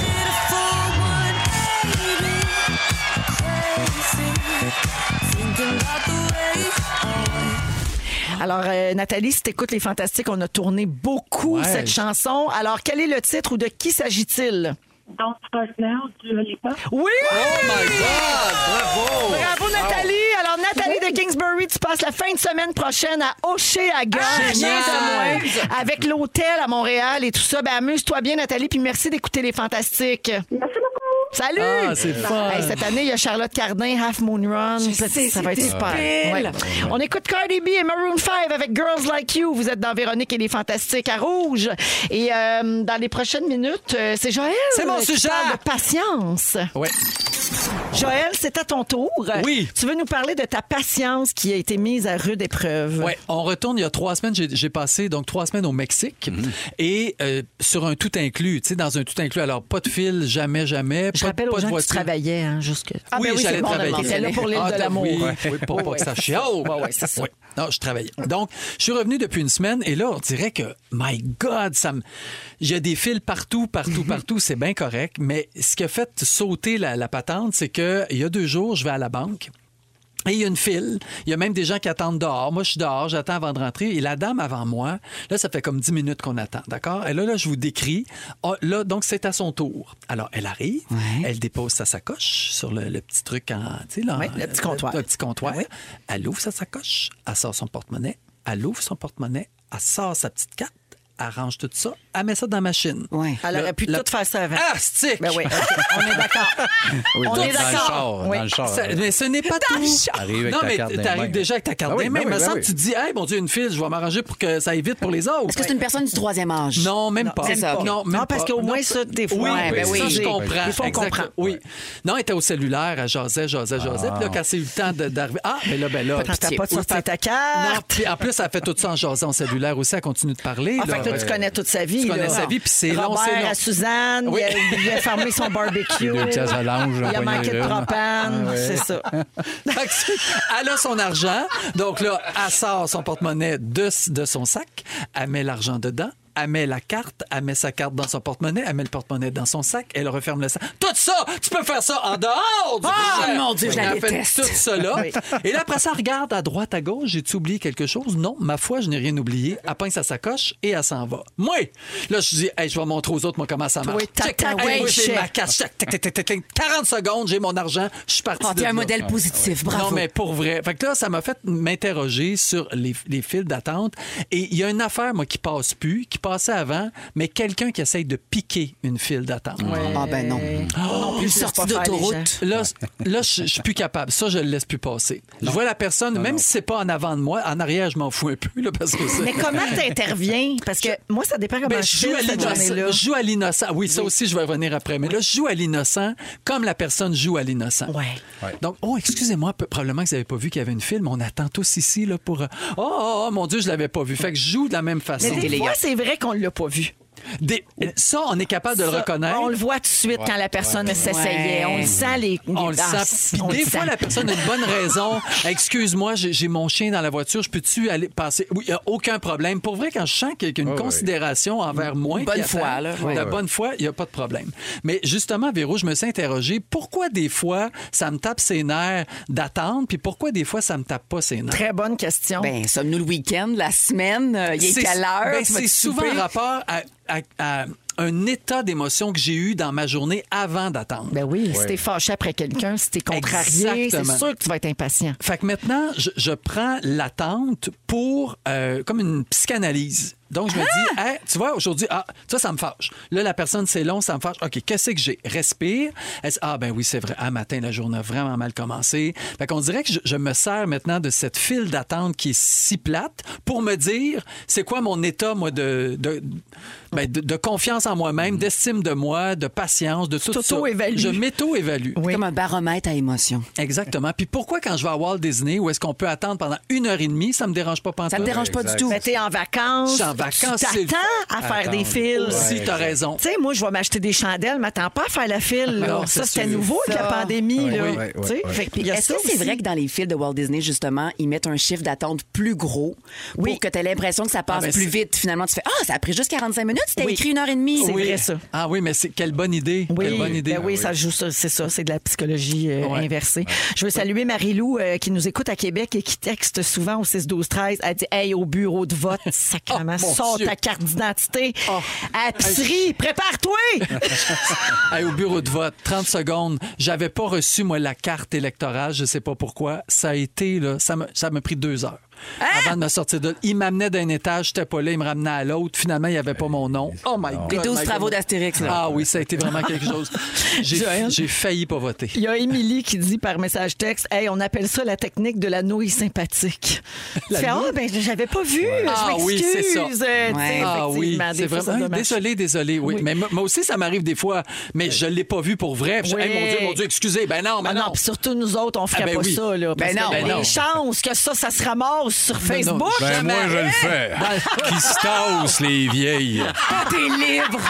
Alors, euh, Nathalie, si t'écoutes Les Fantastiques, on a tourné beaucoup Ouais. cette chanson. Alors, quel est le titre ou de qui s'agit-il? Donc, Start Now, du Lollipop. Oui! Oh my God! Bravo! Bravo, Nathalie! Alors, Nathalie de Kingsbury, tu passes la fin de semaine prochaine à Oshéaga. Ah, Rien de génial! moins. Avec l'hôtel à Montréal et tout ça. Ben, amuse-toi bien, Nathalie, puis merci d'écouter Les Fantastiques. Merci beaucoup. Salut! Ah, c'est fun. Hey, cette année, il y a Charlotte Cardin, Half Moon Run. Ça, ça va être super. Ouais. On écoute Cardi B et Maroon five avec Girls Like You. Vous êtes dans Véronique et les Fantastiques à Rouge. Et euh, dans les prochaines minutes, euh, c'est Joël C'est mon qui sujet. parle de patience. Ouais. Joël, c'est à ton tour. Oui. Tu veux nous parler de ta patience qui a été mise à rude épreuve. Ouais, on retourne il y a trois semaines. J'ai, j'ai passé donc trois semaines au Mexique et euh, sur un tout inclus, tu sais, dans un tout inclus. Alors, pas de fil, jamais, jamais. Je pas, rappelle pas aux de gens que tu voiture. travaillais, hein, jusque. Ah, oui, c'est j'allais bon, travailler. on était là pour l'île Ah, de l'amour. Oui, oui, pour pas que ça chiale. Ouais, ouais, c'est ça. Oui. Non, je travaillais. Donc, je suis revenu depuis une semaine et là, on dirait que, my God, ça me... il y a des fils partout, partout, partout. C'est bien correct. Mais ce qui a fait sauter la, la patente, c'est qu'il y a deux jours, je vais à la banque. Et il y a une file. Il y a même des gens qui attendent dehors. Moi, je suis dehors, j'attends avant de rentrer. Et la dame avant moi, là, ça fait comme dix minutes qu'on attend, d'accord? Et là, là, je vous décris. Ah, là, donc, c'est à son tour. Alors, elle arrive, elle dépose sa sacoche sur le, le petit truc en... Tu sais, là, Oui, le petit comptoir. Le, petit comptoir. Oui. Elle ouvre sa sacoche, elle sort son porte-monnaie, elle ouvre son porte-monnaie, elle sort sa petite carte, elle range tout ça, elle met ça dans la machine. Ouais. Elle aurait pu Le- tout faire ça avant. Ah, stick! Ben oui, OK, on est d'accord. Oui, On dans, est dans le d'accord. char. Oui. Dans le char. Ça- mais ce n'est pas tout. Arrive avec non, ta mais carte dans les t'arrives mains. déjà avec ta carte Ah oui, des mains. ben oui, mais ben ça, oui. tu te dis, hey, mon Dieu, une file, je vais m'arranger pour que ça aille vite pour les autres. Est-ce que c'est une personne du troisième âge? Non, même pas. c'est ça, ok. Non, même Non, parce pas. qu'au moins, Non, ça, des fois, Oui, Ouais, ben ça, oui. je comprends. Des fois, on Exact. comprend. Oui. Non, elle était au cellulaire, elle jasait, jasait, jasait. Puis là, quand c'est eu le temps de- d'arriver. Ah, mais là, ben là. T'as pitié. pas de sortir Oui, ta Non, carte. puis en plus, elle fait tout ça en jasant au cellulaire aussi. Elle continue de parler. Ah, fait que là, tu connais toute sa vie. Tu connais là. sa vie, puis c'est long, Robert c'est long. à Suzanne, Oui. il, a, il a fermé son barbecue. Deux pièces à l'ange, Il a un poignet manqué de de rhum. propane, Ah, ouais. c'est ça. Fait que c'est- elle a son argent. Donc là, elle sort son porte-monnaie de, de son sac. Elle met l'argent dedans. Elle met la carte, elle met sa carte dans son porte-monnaie, elle met le porte-monnaie dans son sac, elle referme le sac. Tout ça, tu peux faire ça en dehors du Ah, budget. mon Dieu, je la Elle fait déteste. tout ça là. Et là, après ça, elle regarde à droite, à gauche. J'ai-tu oublié quelque chose? Non, ma foi, je n'ai rien oublié. Elle pince sa sacoche et elle s'en va. Moi, là, je dis, hey, je vais montrer aux autres, moi, comment ça marche. Oui, tac, Check. tac, Hey, oui, moi, j'ai check. ma carte. Check, tac, tac, tac, tac, tac. quarante secondes, j'ai mon argent, je suis parti. Ah, t'es de un là. modèle positif. Bravo. Non, mais pour vrai. Fait que là, ça m'a fait m'interroger sur les, les files d'attente. Et il y a une affaire, moi, qui passe plus, qui passait avant, mais quelqu'un qui essaye de piquer une file d'attente. Ah, ben non. Non plus, Une je laisse sortie pas faire les d'autoroute. gens. Là, c- là, je je suis plus capable. Ça, je le laisse plus passer. Je vois la personne, même si c'est pas en avant de moi, en arrière, je m'en fous un peu, là, parce que c'est... Mais comment t'interviens? Parce que moi, ça dépend comment Ben, je je joue à file cette l'innocent. journée-là. Je joue à l'innocent. Oui, ça aussi, je vais revenir après. Mais là, je joue à l'innocent comme la personne joue à l'innocent. Ouais. Donc, oh, excusez-moi, peu- probablement que vous n'avez pas vu qu'il y avait une film. On attend tous ici là, pour. euh, Oh, oh, oh, mon Dieu, je l'avais pas vu. Fait que je joue de la même façon. Mais des fois, c'est vrai qu'on l'a pas vu. Des- Ça, on est capable de le Ça, reconnaître. On le voit tout de suite quand la personne s'essayait. Ouais. On le sent, les. On le Ah, sent. Puis on des le fois, sent. la personne a une bonne raison. Excuse-moi, j'ai j'ai mon chien dans la voiture. Je peux-tu aller passer? Oui, il n'y a aucun problème. Pour vrai, quand je sens qu'il y a une Ouais, considération envers moi, Bonne qui foi, attend, là. De Ouais. bonne foi, il n'y a pas de problème. Mais justement, Véro, je me suis interrogé pourquoi des fois ça me tape ses nerfs d'attendre, puis pourquoi des fois ça me tape pas ses nerfs? Très bonne question. Ben, sommes-nous le week-end, la semaine? euh, Il est C'est- quelle heure? ben, Tu vas c'est te souvent souper? en rapport à, à- à un état d'émotion que j'ai eu dans ma journée avant d'attendre. Ben oui, si t'es fâché après quelqu'un, si t'es contrarié, c'est Exactement. sûr que tu vas être impatient. Fait que maintenant, je, je prends l'attente pour euh, comme une psychanalyse. Donc, je me dis, hey, tu vois, aujourd'hui, ah, ça, ça me fâche. Là, la personne, c'est long, ça me fâche. OK, qu'est-ce que j'ai? Respire. Elle dit, ah, ben oui, c'est vrai. Ah, matin, la journée a vraiment mal commencé. Fait qu'on dirait que je, je me sers maintenant de cette file d'attente qui est si plate pour me dire, c'est quoi mon état, moi, de, de, ben, de, de confiance en moi-même, d'estime de moi, de patience, de tout ça. t'auto-évalues. Je m'auto-évalue. Oui. Comme un baromètre à émotion. Exactement. Puis pourquoi, quand je vais à Walt Disney, où est-ce qu'on peut attendre pendant une heure et demie, ça me dérange pas pantoute? Ça me dérange pas Exact. du tout. Mais t'es en vacances, Je suis en vacances, tu c'est le t'attends à faire Attends. des fils. Si, t'as raison. Tu sais, moi, je vais m'acheter des chandelles, mais m'attends pas à faire la file. Là. Non, ça, c'est c'était sûr. nouveau avec la Ça. pandémie. Là. Oui, oui, Tu sais, oui. fait que Puis il y a est-ce ça que c'est aussi. vrai que dans les fils de Walt Disney, justement, ils mettent un chiffre d'attente plus gros pour Oui. que tu aies l'impression que ça passe Ah, ben plus c'est- vite? Finalement, tu fais Ah, ça a pris juste quarante-cinq minutes, c'était Oui. écrit une heure et demie. C'est Oui. vrai, ça. Ah oui, mais c'est quelle bonne idée. Oui, Quelle bonne idée. ben oui, ça joue ça, c'est ça, c'est de la psychologie euh, Ouais. inversée. Je veux saluer Marie-Lou euh, qui nous écoute à Québec et qui texte souvent au six douze treize. Elle dit Hey, au bureau de vote, sacrément, Oh, mon sors Dieu. ta carte d'identité. Oh. À la pisserie, prépare-toi! Hey, au bureau de vote, trente secondes. J'avais pas reçu, moi, la carte électorale. Je sais pas pourquoi. Ça a été, là, ça m'a ça m'a pris deux heures. Avant de me sortir de là. Il m'amenait d'un étage, j'étais pas là, il me ramenait à l'autre. Finalement, il n'y avait pas mon nom. Oh my God. Les douze my travaux God. d'Astérix, là. Ah oui, ça a été vraiment quelque chose. J'ai Joël? j'ai failli pas voter. Il y a Émilie qui dit par message texte Hey, on appelle ça la technique de la nouille sympathique. Tu fais, Ah, ben, j'avais pas vu. Ah je oui, c'est ça. m'excuse. Euh, tu sais, Ouais. Ah oui, effectivement, des c'est fois, ça vraiment. doit marcher. Désolé, désolé. Oui. Oui. Mais moi moi aussi, ça m'arrive des fois. Mais je l'ai pas vu pour vrai. Puis je- Oui. Hey, mon Dieu, mon Dieu, excusez. Ben non, ben Ah non. non, puis surtout nous autres, on ferait Ah ben pas oui. ça. Là, parce Ben non, que ben les non. chances que ça, ça se ramasse sur Facebook. Ben, moi, je le fais. Qui se tassent, les vieilles. T'es libre!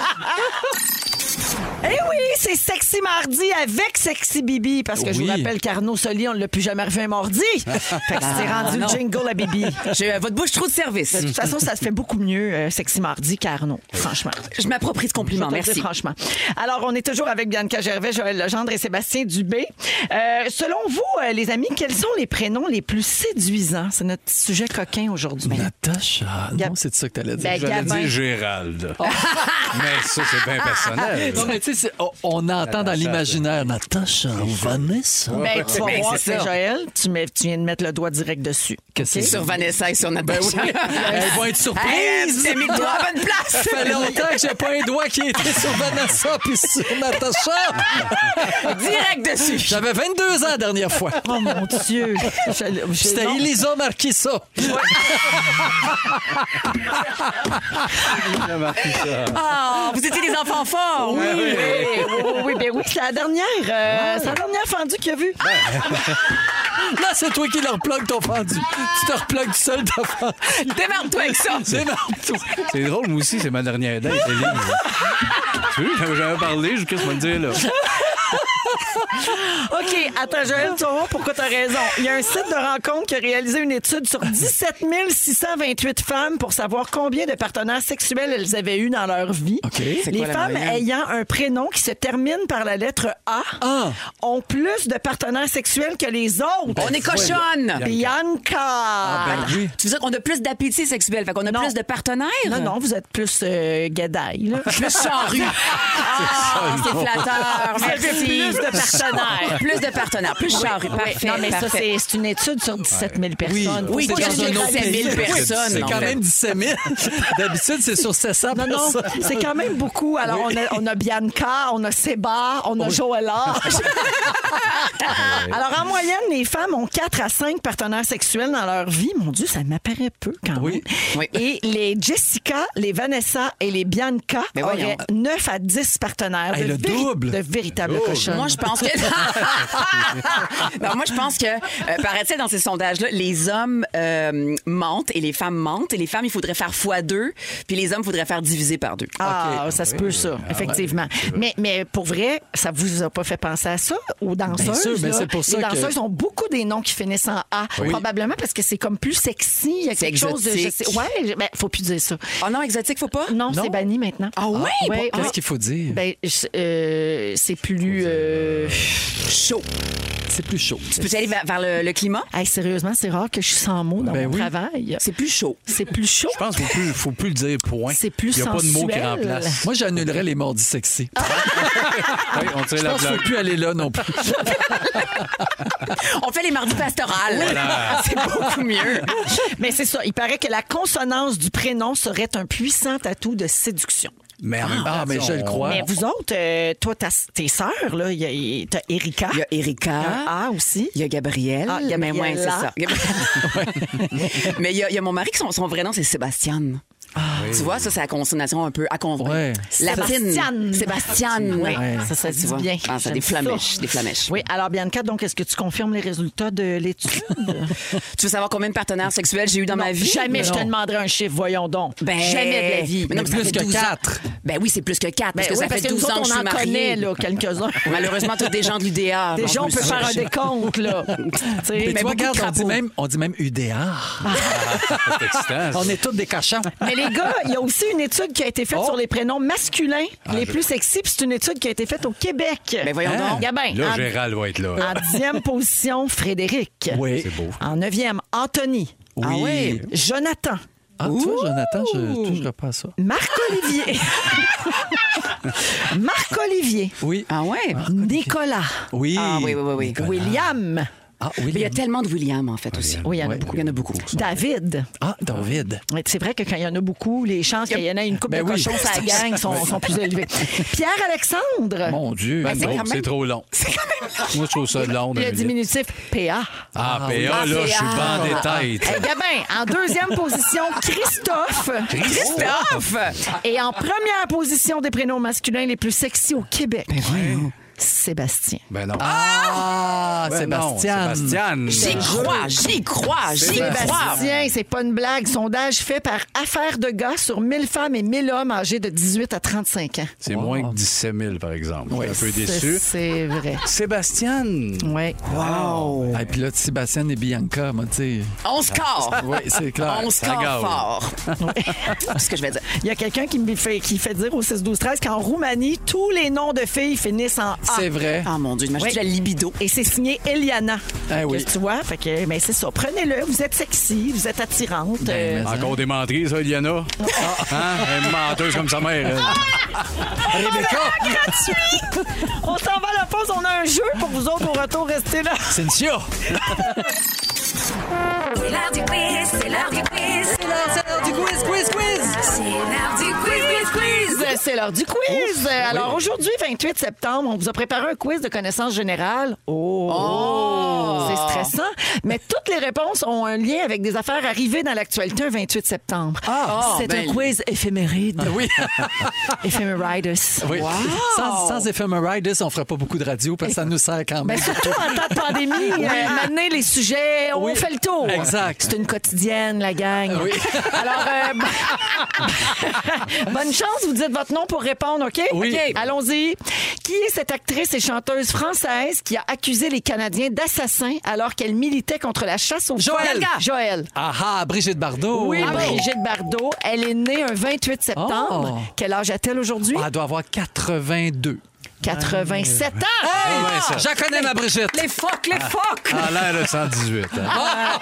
Eh oui, c'est Sexy Mardi avec Sexy Bibi. Parce que je vous Oui. rappelle qu'Arnaud Soli, on ne l'a plus jamais revu un mardi. Fait que c'est rendu non. le jingle à Bibi. J'ai euh, votre bouche trop de service. De toute façon, ça se fait beaucoup mieux, euh, Sexy Mardi, qu'Arnaud, franchement. Je m'approprie ce compliment, Je vais te le merci. dire franchement. Alors, on est toujours avec Bianca Gervais, Joël Legendre et Sébastien Dubé. Euh, selon vous, euh, les amis, quels sont les prénoms les plus séduisants? C'est notre petit sujet coquin aujourd'hui. Natacha. Gab- Non, c'est ça que t'allais dire. Ben, J'allais Gabin. dire Gérald. Mais ça, c'est bien personnel. Non, mais tu sais, c'est- on- on entend dans l'imaginaire Natacha ou Vanessa. Ben, tu vas Ben, voir, c'est c'est ça. Joël, tu, mets- tu viens de mettre le doigt direct dessus. Qu'est-ce que c'est? Sur Vanessa et sur Natacha. Elles vont être surprises. Hey, tu t'es mis le doigt à bonne place. Ça fait longtemps que j'ai pas un doigt qui était sur Vanessa puis sur Natacha. Direct dessus. J'avais vingt-deux ans la dernière fois. Oh mon Dieu! Je- je- C'était non. Elisa Marquissa. J'ai remarqué ça. Ah, vous étiez des enfants forts. Oui, oui, oui, oui, ben oui, c'est la dernière, euh, c'est la dernière fendue qu'il a vue. Là, c'est toi qui leur plug ton fendu. Tu te replugues tout seul ta fendu. Démarre-toi avec ça. Démarre-toi. C'est drôle, moi aussi, c'est ma dernière date, Élise. Tu vois, j'avais jamais parlé, je qu'est-ce que je vais te dire, là. OK, attends, Joël, tu vas voir pourquoi tu as raison. Il y a un site de rencontre qui a réalisé une étude sur dix-sept mille six cent vingt-huit femmes pour savoir combien de partenaires sexuels elles avaient eu dans leur vie. OK. C'est Les quoi la femmes moyenne? ayant un prénom qui se termine par la lettre A Ah. ont plus de partenaires sexuels que les autres. On est cochonne. Bianca! Ben oui. Tu veux dire qu'on a plus d'appétit sexuel, fait qu'on a Non. plus de partenaires? Non, non, vous êtes plus euh, guédaille, là. Plus charrue. Ah, c'est flatteur. Vous avez Merci. plus de partenaires. Plus de partenaires. Plus charrue. Parfait. Non, mais ça, parfait. c'est c'est une étude sur dix-sept mille Oui, personnes. Oui, Faut c'est pas dans un autre généraliser. pays. mille personnes, C'est en quand fait. même dix-sept mille. D'habitude, c'est sur sept cents Non, non, personnes. c'est quand même beaucoup. Alors, on, a, on a Bianca, on a Séba, on a Joëlla. Alors, en moyenne, les femmes ont quatre à cinq partenaires sexuels dans leur vie. Mon Dieu, ça m'apparaît peu quand même. Oui. Oui. Et les Jessica, les Vanessa et les Bianca Mais voyons. auraient neuf à dix partenaires. Hey, de le double. De véritables cochons. Moi, je pense que. non, moi, je pense que, euh, paraît-il, dans ces sondages-là, les hommes euh, mentent et les femmes mentent. Et les femmes, il faudrait faire fois deux, puis les hommes, il faudrait faire diviser par deux. Ah, ça se peut, ça, effectivement. Mais, mais pour vrai, ça vous a pas fait penser à ça, aux danseuses? Bien sûr, mais là? c'est pour ça Les que- danseuses ont beaucoup des noms qui finissent en A. Oui. Probablement parce que c'est comme plus sexy. Il y a C'est quelque chose de. je exotique. sais- ouais, ben, faut plus dire ça. Oh non, exotique, faut pas? Non, Non. c'est banni maintenant. Ah oui? Ouais, Qu'est-ce ouais. qu'il faut dire? Ben, je- euh, c'est plus. euh, Chaud. C'est plus chaud. Tu peux aller vers, vers le, le climat? hey, sérieusement, c'est rare que je suis sans mots dans Ben mon oui. travail. C'est plus chaud. C'est plus chaud. Je pense qu'il faut plus, faut plus le dire point. C'est plus Il n'y a pas de mot qui sensuel. remplace. Moi, j'annulerais les mordis sexy. Oui, on tire Je la pense qu'il ne blague. faut plus aller là non plus. On fait les mardis pastorales. C'est beaucoup mieux. Mais c'est ça. Il paraît que la consonance du prénom serait un puissant atout de séduction. Mais en même temps, Ah, mais je le on- crois. Mais vous autres, euh, toi, t'as- tes sœurs, là, il y a- il- t'as Erika. Il y a Erika. A aussi. Il y a Gabriel. Ah, Mais Gabriella. ouais, c'est ça. Mais il y, a- il y a mon mari, qui son, son vrai nom, c'est Sébastien. Tu vois, ça, c'est la consonation un peu à con... Ouais. latine. Sébastien. Sébastien. Oui, Ouais. ça, ça Tu dit vois. bien. Ah, ça, J'aime des flamèches, ça. des flamèches. Oui, alors Bianca, donc, est-ce que tu confirmes les résultats de l'étude? Tu veux savoir combien de partenaires sexuels j'ai eu dans Non, ma vie? Jamais je te Non. demanderai un chiffre, voyons donc. Ben, Jamais de la vie. Mais non, mais ça plus fait que douze ans. quatre. Ben oui, c'est plus que quatre, parce Ben que oui, ça parce fait que nous douze ans autres, que je on suis en mariée. connaît, là, quelques-uns. Malheureusement, tous des gens de l'U D A. Déjà, on en plus. peut faire un décompte, là. Tu sais, Mais mais tu vois, beaucoup de regarde, on dit crapauds. même, on dit même U D A. C'est excitant. On est tous des cochons. Mais les gars, il y a aussi une étude qui a été faite Oh. sur les prénoms masculins les je- plus sexy, puis c'est une étude qui a été faite au Québec. Ben voyons Hein? donc. Gabin, Là, en, Gérald va être là. en dixième position, Frédéric. Oui. C'est beau. En neuvième, Anthony. Oui. Ah ouais. Jonathan. Ah, toi, Jonathan, je ne toucherai pas à ça. Marc-Olivier. Marc-Olivier. Oui. Ah ouais? Ah, Nicolas. Oui. Ah oui, oui, oui, oui. Nicolas. William. Ah, Mais il y a William. tellement de William, en fait, aussi. Oui, il y en a Ouais. beaucoup. Il y en a beaucoup. David. Ah, David. Ouais, c'est vrai que quand il y en a beaucoup, les chances qu'il y en ait une coupe Ben de oui. cochons sur la gang sont, sont plus élevées. Pierre-Alexandre. Mon Dieu. Ben, c'est trop- quand même- C'est trop long. Moi, je trouve ça long. Le diminutif P A. Ah, P A, Ah, là, je suis P A. bandé Hey, tête. Gabin, en deuxième position, Christophe. Christophe! Et en première position des prénoms masculins les plus sexy au Québec. Sébastien. Ben non. Ah, Ben non, Sébastien. Sébastien. J'y crois, j'y crois, j'y crois. Sébastien, c'est pas une blague. Sondage fait par Affaires de gars sur mille femmes et mille hommes âgés de dix-huit à trente-cinq ans. C'est moins que dix-sept mille, par exemple. Je suis un peu déçu. C'est c'est vrai. Sébastien. Oui. Wow! Et puis là, Sébastien et Bianca, moi, tu sais. On score! Oui, c'est clair. On score gave. fort. C'est ce que je vais dire. Il y a quelqu'un qui me fait, qui fait dire au six douze treize qu'en Roumanie, tous les noms de filles finissent en A. C'est vrai. Ah mon Dieu, imagine Oui. la libido. Et c'est signé Eliana. Ah oui. Que tu vois, fait que, mais c'est ça. Prenez-le. Vous êtes sexy, vous êtes attirante. Ben, Euh, Encore des menteries, ça, Eliana? Hein? Elle est menteuse comme sa mère. elle. Rebecca. on s'en va à la pause. On a un jeu pour vous autres au retour. Restez là. Cynthia. C'est l'heure du quiz, c'est l'heure du quiz. C'est l'heure du quiz, quiz, quiz. C'est l'heure du quiz, quiz, quiz. C'est l'heure du quiz. Alors aujourd'hui, vingt-huit septembre, on vous a préparé un quiz de connaissances générales. Oh! C'est stressant. Mais toutes les réponses ont un lien avec des affaires arrivées dans l'actualité un vingt-huit septembre. Ah, c'est ben- un quiz éphéméride. Oui. Éphémérides. Oui. Sans, sans éphémérides, on ferait pas beaucoup de radio parce que ça nous sert quand même. Ben, surtout en temps de pandémie, euh, maintenant, les sujets, on Oui. fait le tour. Exact. C'est une quotidienne, la gang. Oui. Alors, euh, bonne chance, vous dites votre nom pour répondre, OK? Oui. OK, allons-y. Qui est cette actrice et chanteuse française qui a accusé les Canadiens d'assassins alors qu'elle militait contre la chasse aux Joël. Bianca. Joël. Ah ah, Brigitte Bardot. Oui, Ah, Brigitte Bardot. Elle est née un vingt-huit septembre. Oh. Quel âge a-t-elle aujourd'hui? Elle doit avoir quatre-vingt-deux. quatre-vingt-sept ans. Hey, ouais, ça. je connais ma Brigitte. Les phoques, les phoques! À l'air de cent dix-huit. hein.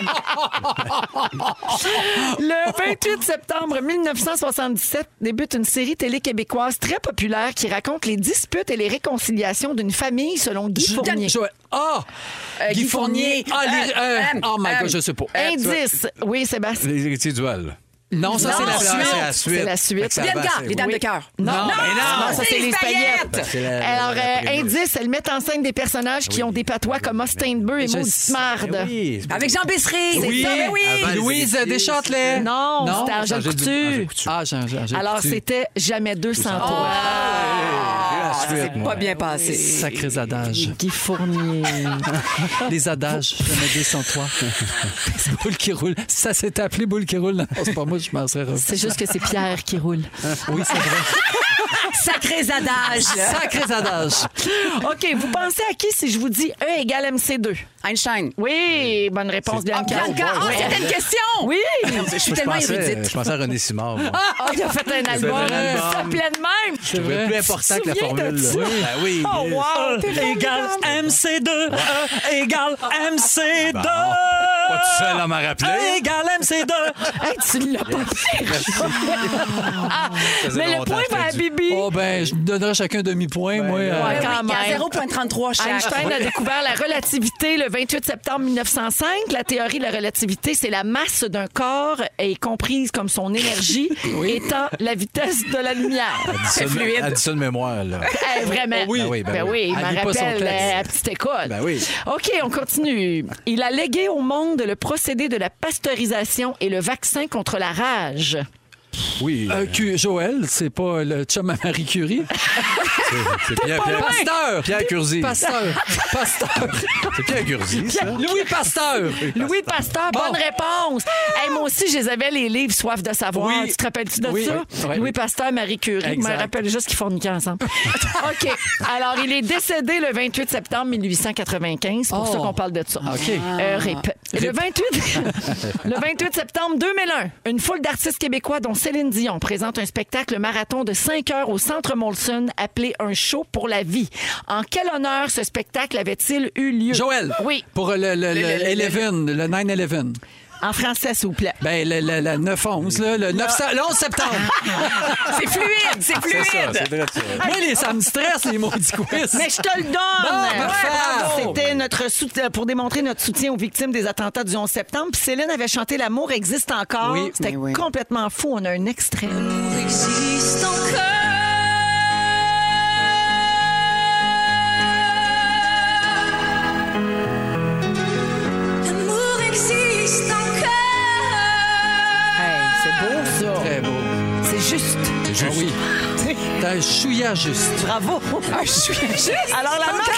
Le vingt-huit septembre mille neuf cent soixante-dix-sept débute une série télé québécoise très populaire qui raconte les disputes et les réconciliations d'une famille selon Guy Fournier. Joël. Ah! Euh, Guy Guy Fournier. Fournier. Ah, les- Euh, euh, euh, oh my euh, God, je sais pas. Indice. Oui, Sébastien. Les héritiers du Val. Non, ça, c'est Non, la c'est suite. la suite. C'est la suite. Fait que ça Bianca, avance, les dames oui. de cœur. Non, Non, ben non. ça, c'est les paillettes. C'est la- Alors, la- euh, la- indice, elle met en scène des personnages qui ont des patois comme Steinbeu et Je Maudit sais. Marde. Ben oui. Avec Jean Bessery. Oui, C'est ça, ben oui. Avant les Louise héritiers. Deschâtelet. Non, c'était Angèle Angèle Du- Coutu. Angèle Coutu. Ah, Jean, Jean, Jean Alors, Coutu. c'était Jamais deux sans toi. J'ai la suite, C'est moi. pas bien passé. Sacrés adages. Guy Fournier. Les adages, jamais deux sans toi. Boule qui roule. Si ça s'était appelé Boule qui roule, non, c'est pas moi, je m'en serais refait. C'est juste que c'est Pierre qui roule. Oui, c'est vrai. Sacrés adages. Sacrés adages. OK, vous pensez à qui si je vous dis E égale M C deux? Einstein. Oui, bonne réponse, Ah, Bianca. Bianca, ah, c'était une question. Oui! Je suis Je tellement pensais, érudite. je pensais à René Simard. moi. Ah, il a fait un album. un album. Ça s'appelait de même. Je trouvais vrai. plus important que la Tu te souviens formule. de là. ça? Ben oui. Oh, wow! T'es égale formidable. M C deux. E égale M C deux. Bon. Pas tout seul à m'en rappeler. E égale M C deux. Hey, tu l'as pas fait. faisait Mais le longtemps point que va à c'était du- Bibi. Oh, ben, je me donnerai chacun un demi-point, moi. euh, ouais. quand Oui, à même. zéro virgule trente-trois chaque. Einstein a découvert la relativité le vingt-huit septembre mille neuf cent cinq. La théorie de la relativité, c'est la masse d'un corps est comprise comme son énergie étant la vitesse de la lumière. C'est fluide. Elle dit ça de mémoire, là. Hey, vraiment. Oui. Ben oui, ben Ben oui. oui, il Elle m'en lit pas son rappelle texte. euh, à petite école. Ben oui. OK, on continue. Il a légué au monde le procédé de la pasteurisation et le vaccin contre la rage. Oui. Euh, Cu- Joël, c'est pas le chum à Marie Curie. C'est Pierre, Pierre, Pasteur. Pierre Curzi. Pasteur. Pasteur. C'est Pierre Curzi, ça. Louis Pasteur. Louis Pasteur, Bon. bonne réponse. Hey, moi aussi, je les avais, les livres Soif de savoir. Oui. Tu te rappelles-tu de Oui, ça? oui, oui. Louis Pasteur, Marie Curie. Je Exact. me rappelle juste qu'ils forniquaient ensemble. OK. Alors, il est décédé le vingt-huit septembre mille huit cent quatre-vingt-quinze. C'est pour Oh. ça qu'on parle de ça. OK. Euh, R I P. Le vingt-huit, le vingt-huit septembre deux mille un, une foule d'artistes québécois, dont Céline Dion, présente un spectacle marathon de cinq heures au Centre Molson appelé Un show pour la vie. En quel honneur ce spectacle avait-il eu lieu? Joël. Oui. Pour le, le, le, le- eleven, le neuf eleven. En français, s'il vous plaît. Ben, le, le, le neuf onze, là, le, neuf cent le onze septembre. C'est fluide, c'est C'est fluide. ça, c'est vrai ça. Moi, les, ça me stresse, les maudits quiz. Mais je te le donne! Bon, parfait. bravo. C'était notre soutien, pour démontrer notre soutien aux victimes des attentats du onze septembre. Puis Céline avait chanté L'amour existe encore. Oui. C'était Mais oui. complètement fou. On a un extrait. Existe encore. L'amour existe encore. Hey, c'est beau, ça. Très beau. C'est juste. C'est juste. Ah oui. T'as un chouïa juste. Bravo. Alors, la marque...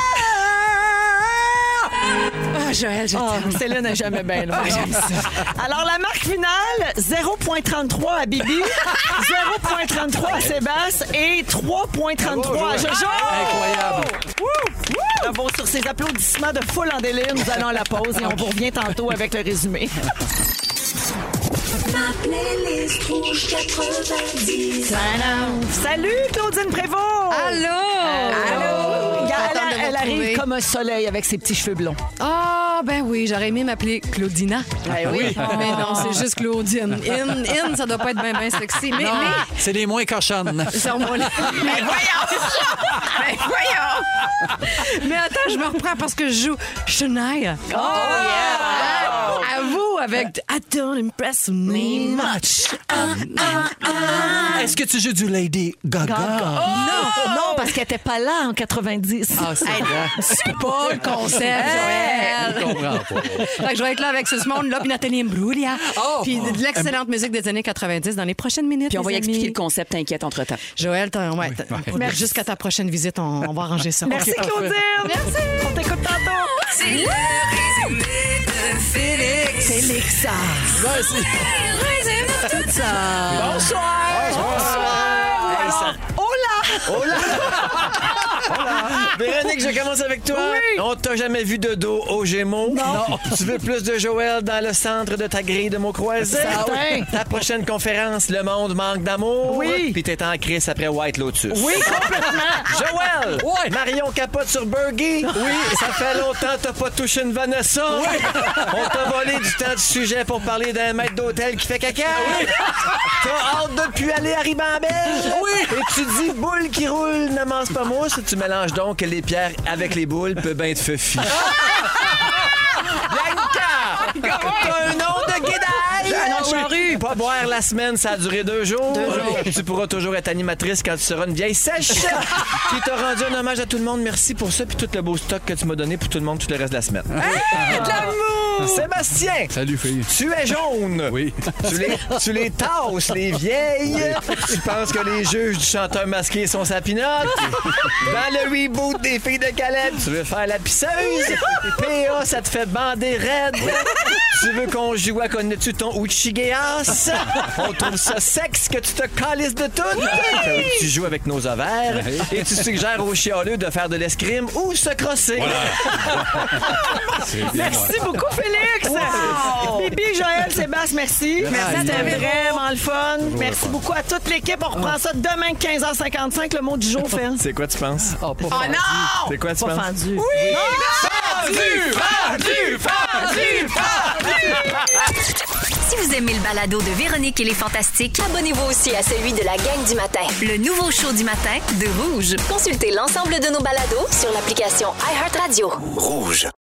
Ah, Joël, je Ah, t'aime. Céline n'est jamais bien loin. Alors, la marque finale, zéro virgule trente-trois à Bibi, zéro virgule trente-trois à Sébastien et trois virgule trente-trois à Jojo. Incroyable. Bravo sur ces applaudissements de foule en délire. Nous allons à la pause et on vous revient tantôt avec le résumé. Ma playlist rouge quatre-vingt-dix. Salut, Claudine Prévost. Allô? Allô. Regarde, Contente Elle, de vous elle arrive retrouver. comme un soleil avec ses petits cheveux blonds. Ah, ben oui, j'aurais aimé m'appeler Claudina. Ben oui. Mais non, c'est juste Claudine. In, in, ça doit pas être bien, bien sexy. Mais, Non, mais, c'est les moins cochonnes. sur mon lit. Mais voyons! Mais voyons! Mais attends, je me reprends parce que je joue Shania. Oh, yeah! À vous, avec I don't impress me much. Est-ce que tu joues du Lady Gaga? Non, non, parce qu'elle était pas là en quatre-vingt-dix. Ah, c'est vrai. C'est pas le concept, Joël. Je comprends pas. Fait que je vais être là avec ce monde-là, puis Nathalie Imbruglia. Oh! Puis de l'excellente musique des années quatre-vingt-dix dans les prochaines minutes. Puis on va les y amis. expliquer le concept, t'inquiète, entre-temps. Joël, t'as- ouais, t'as- jusqu'à ta prochaine visite, on, on va arranger ça. Merci, Ok, parfait. Claudine. Merci. On t'écoute tantôt. C'est le résumé de Félix. Félix. Ouais, c'est- Le résumé de tout ça. Bonsoir. Bonsoir. Alors, hola. Véronique, je commence avec toi. Oui. On t'a jamais vu de dos aux Gémeaux. Non. Tu veux plus de Joël dans le centre de ta grille de mots croisés. Certain. Ta prochaine conférence, Le monde manque d'amour. Oui. Puis t'es en crise après White Lotus. Oui, complètement. Joël! Ouais. Marion capote sur Bergie. Oui. Ça fait longtemps que t'as pas touché une Vanessa. Oui. On t'a volé du temps du sujet pour parler d'un maître d'hôtel qui fait caca. Oui. T'as hâte de plus aller à Ribambelle. Oui. Et tu dis boule qui roule ne mange pas mousse. Tu mélanges donc les pierres avec les boules peut bien te faire fi. Bianca! T'as un nom de guédaille! Un nom de charrue. Pas boire la semaine, ça a duré deux jours. Tu pourras toujours être animatrice quand tu seras une vieille sèche. Puis t'as rendu un hommage à tout le monde. Merci pour ça. Puis tout le beau stock que tu m'as donné pour tout le monde tout le reste de la semaine. Hey, de l'amour. Sébastien! Salut, fille. Tu es jaune. Oui. Tu les, tu les tasses, les vieilles. Tu penses que les juges du chanteur masqué sont sa pinotte. Dans le reboot des filles de Caleb, tu veux faire la pisseuse. P A, ça te fait bander raide. Tu veux qu'on joue à connais-tu ton Uchigeas? On trouve ça sexe que tu te calisses de tout. Tu joues avec nos ovaires. Et tu suggères aux chialeux de faire de l'escrime ou se crosser. Merci beaucoup, Félix. Wow. Bibi, Joël, Sébastien, merci. Merci, c'était vraiment le fun. Merci beaucoup à toute l'équipe. On reprend ça demain, quinze heures cinquante-cinq. Le mot du jour, Phil. C'est quoi tu penses? Oh, pas Oh non! C'est quoi tu Pas penses? fendu. Oui! Fendu, fendu, fendu, fendu. Si vous aimez le balado de Véronique et les Fantastiques, abonnez-vous aussi à celui de la gang du matin. Le nouveau show du matin de Rouge. Consultez l'ensemble de nos balados sur l'application iHeartRadio. Rouge.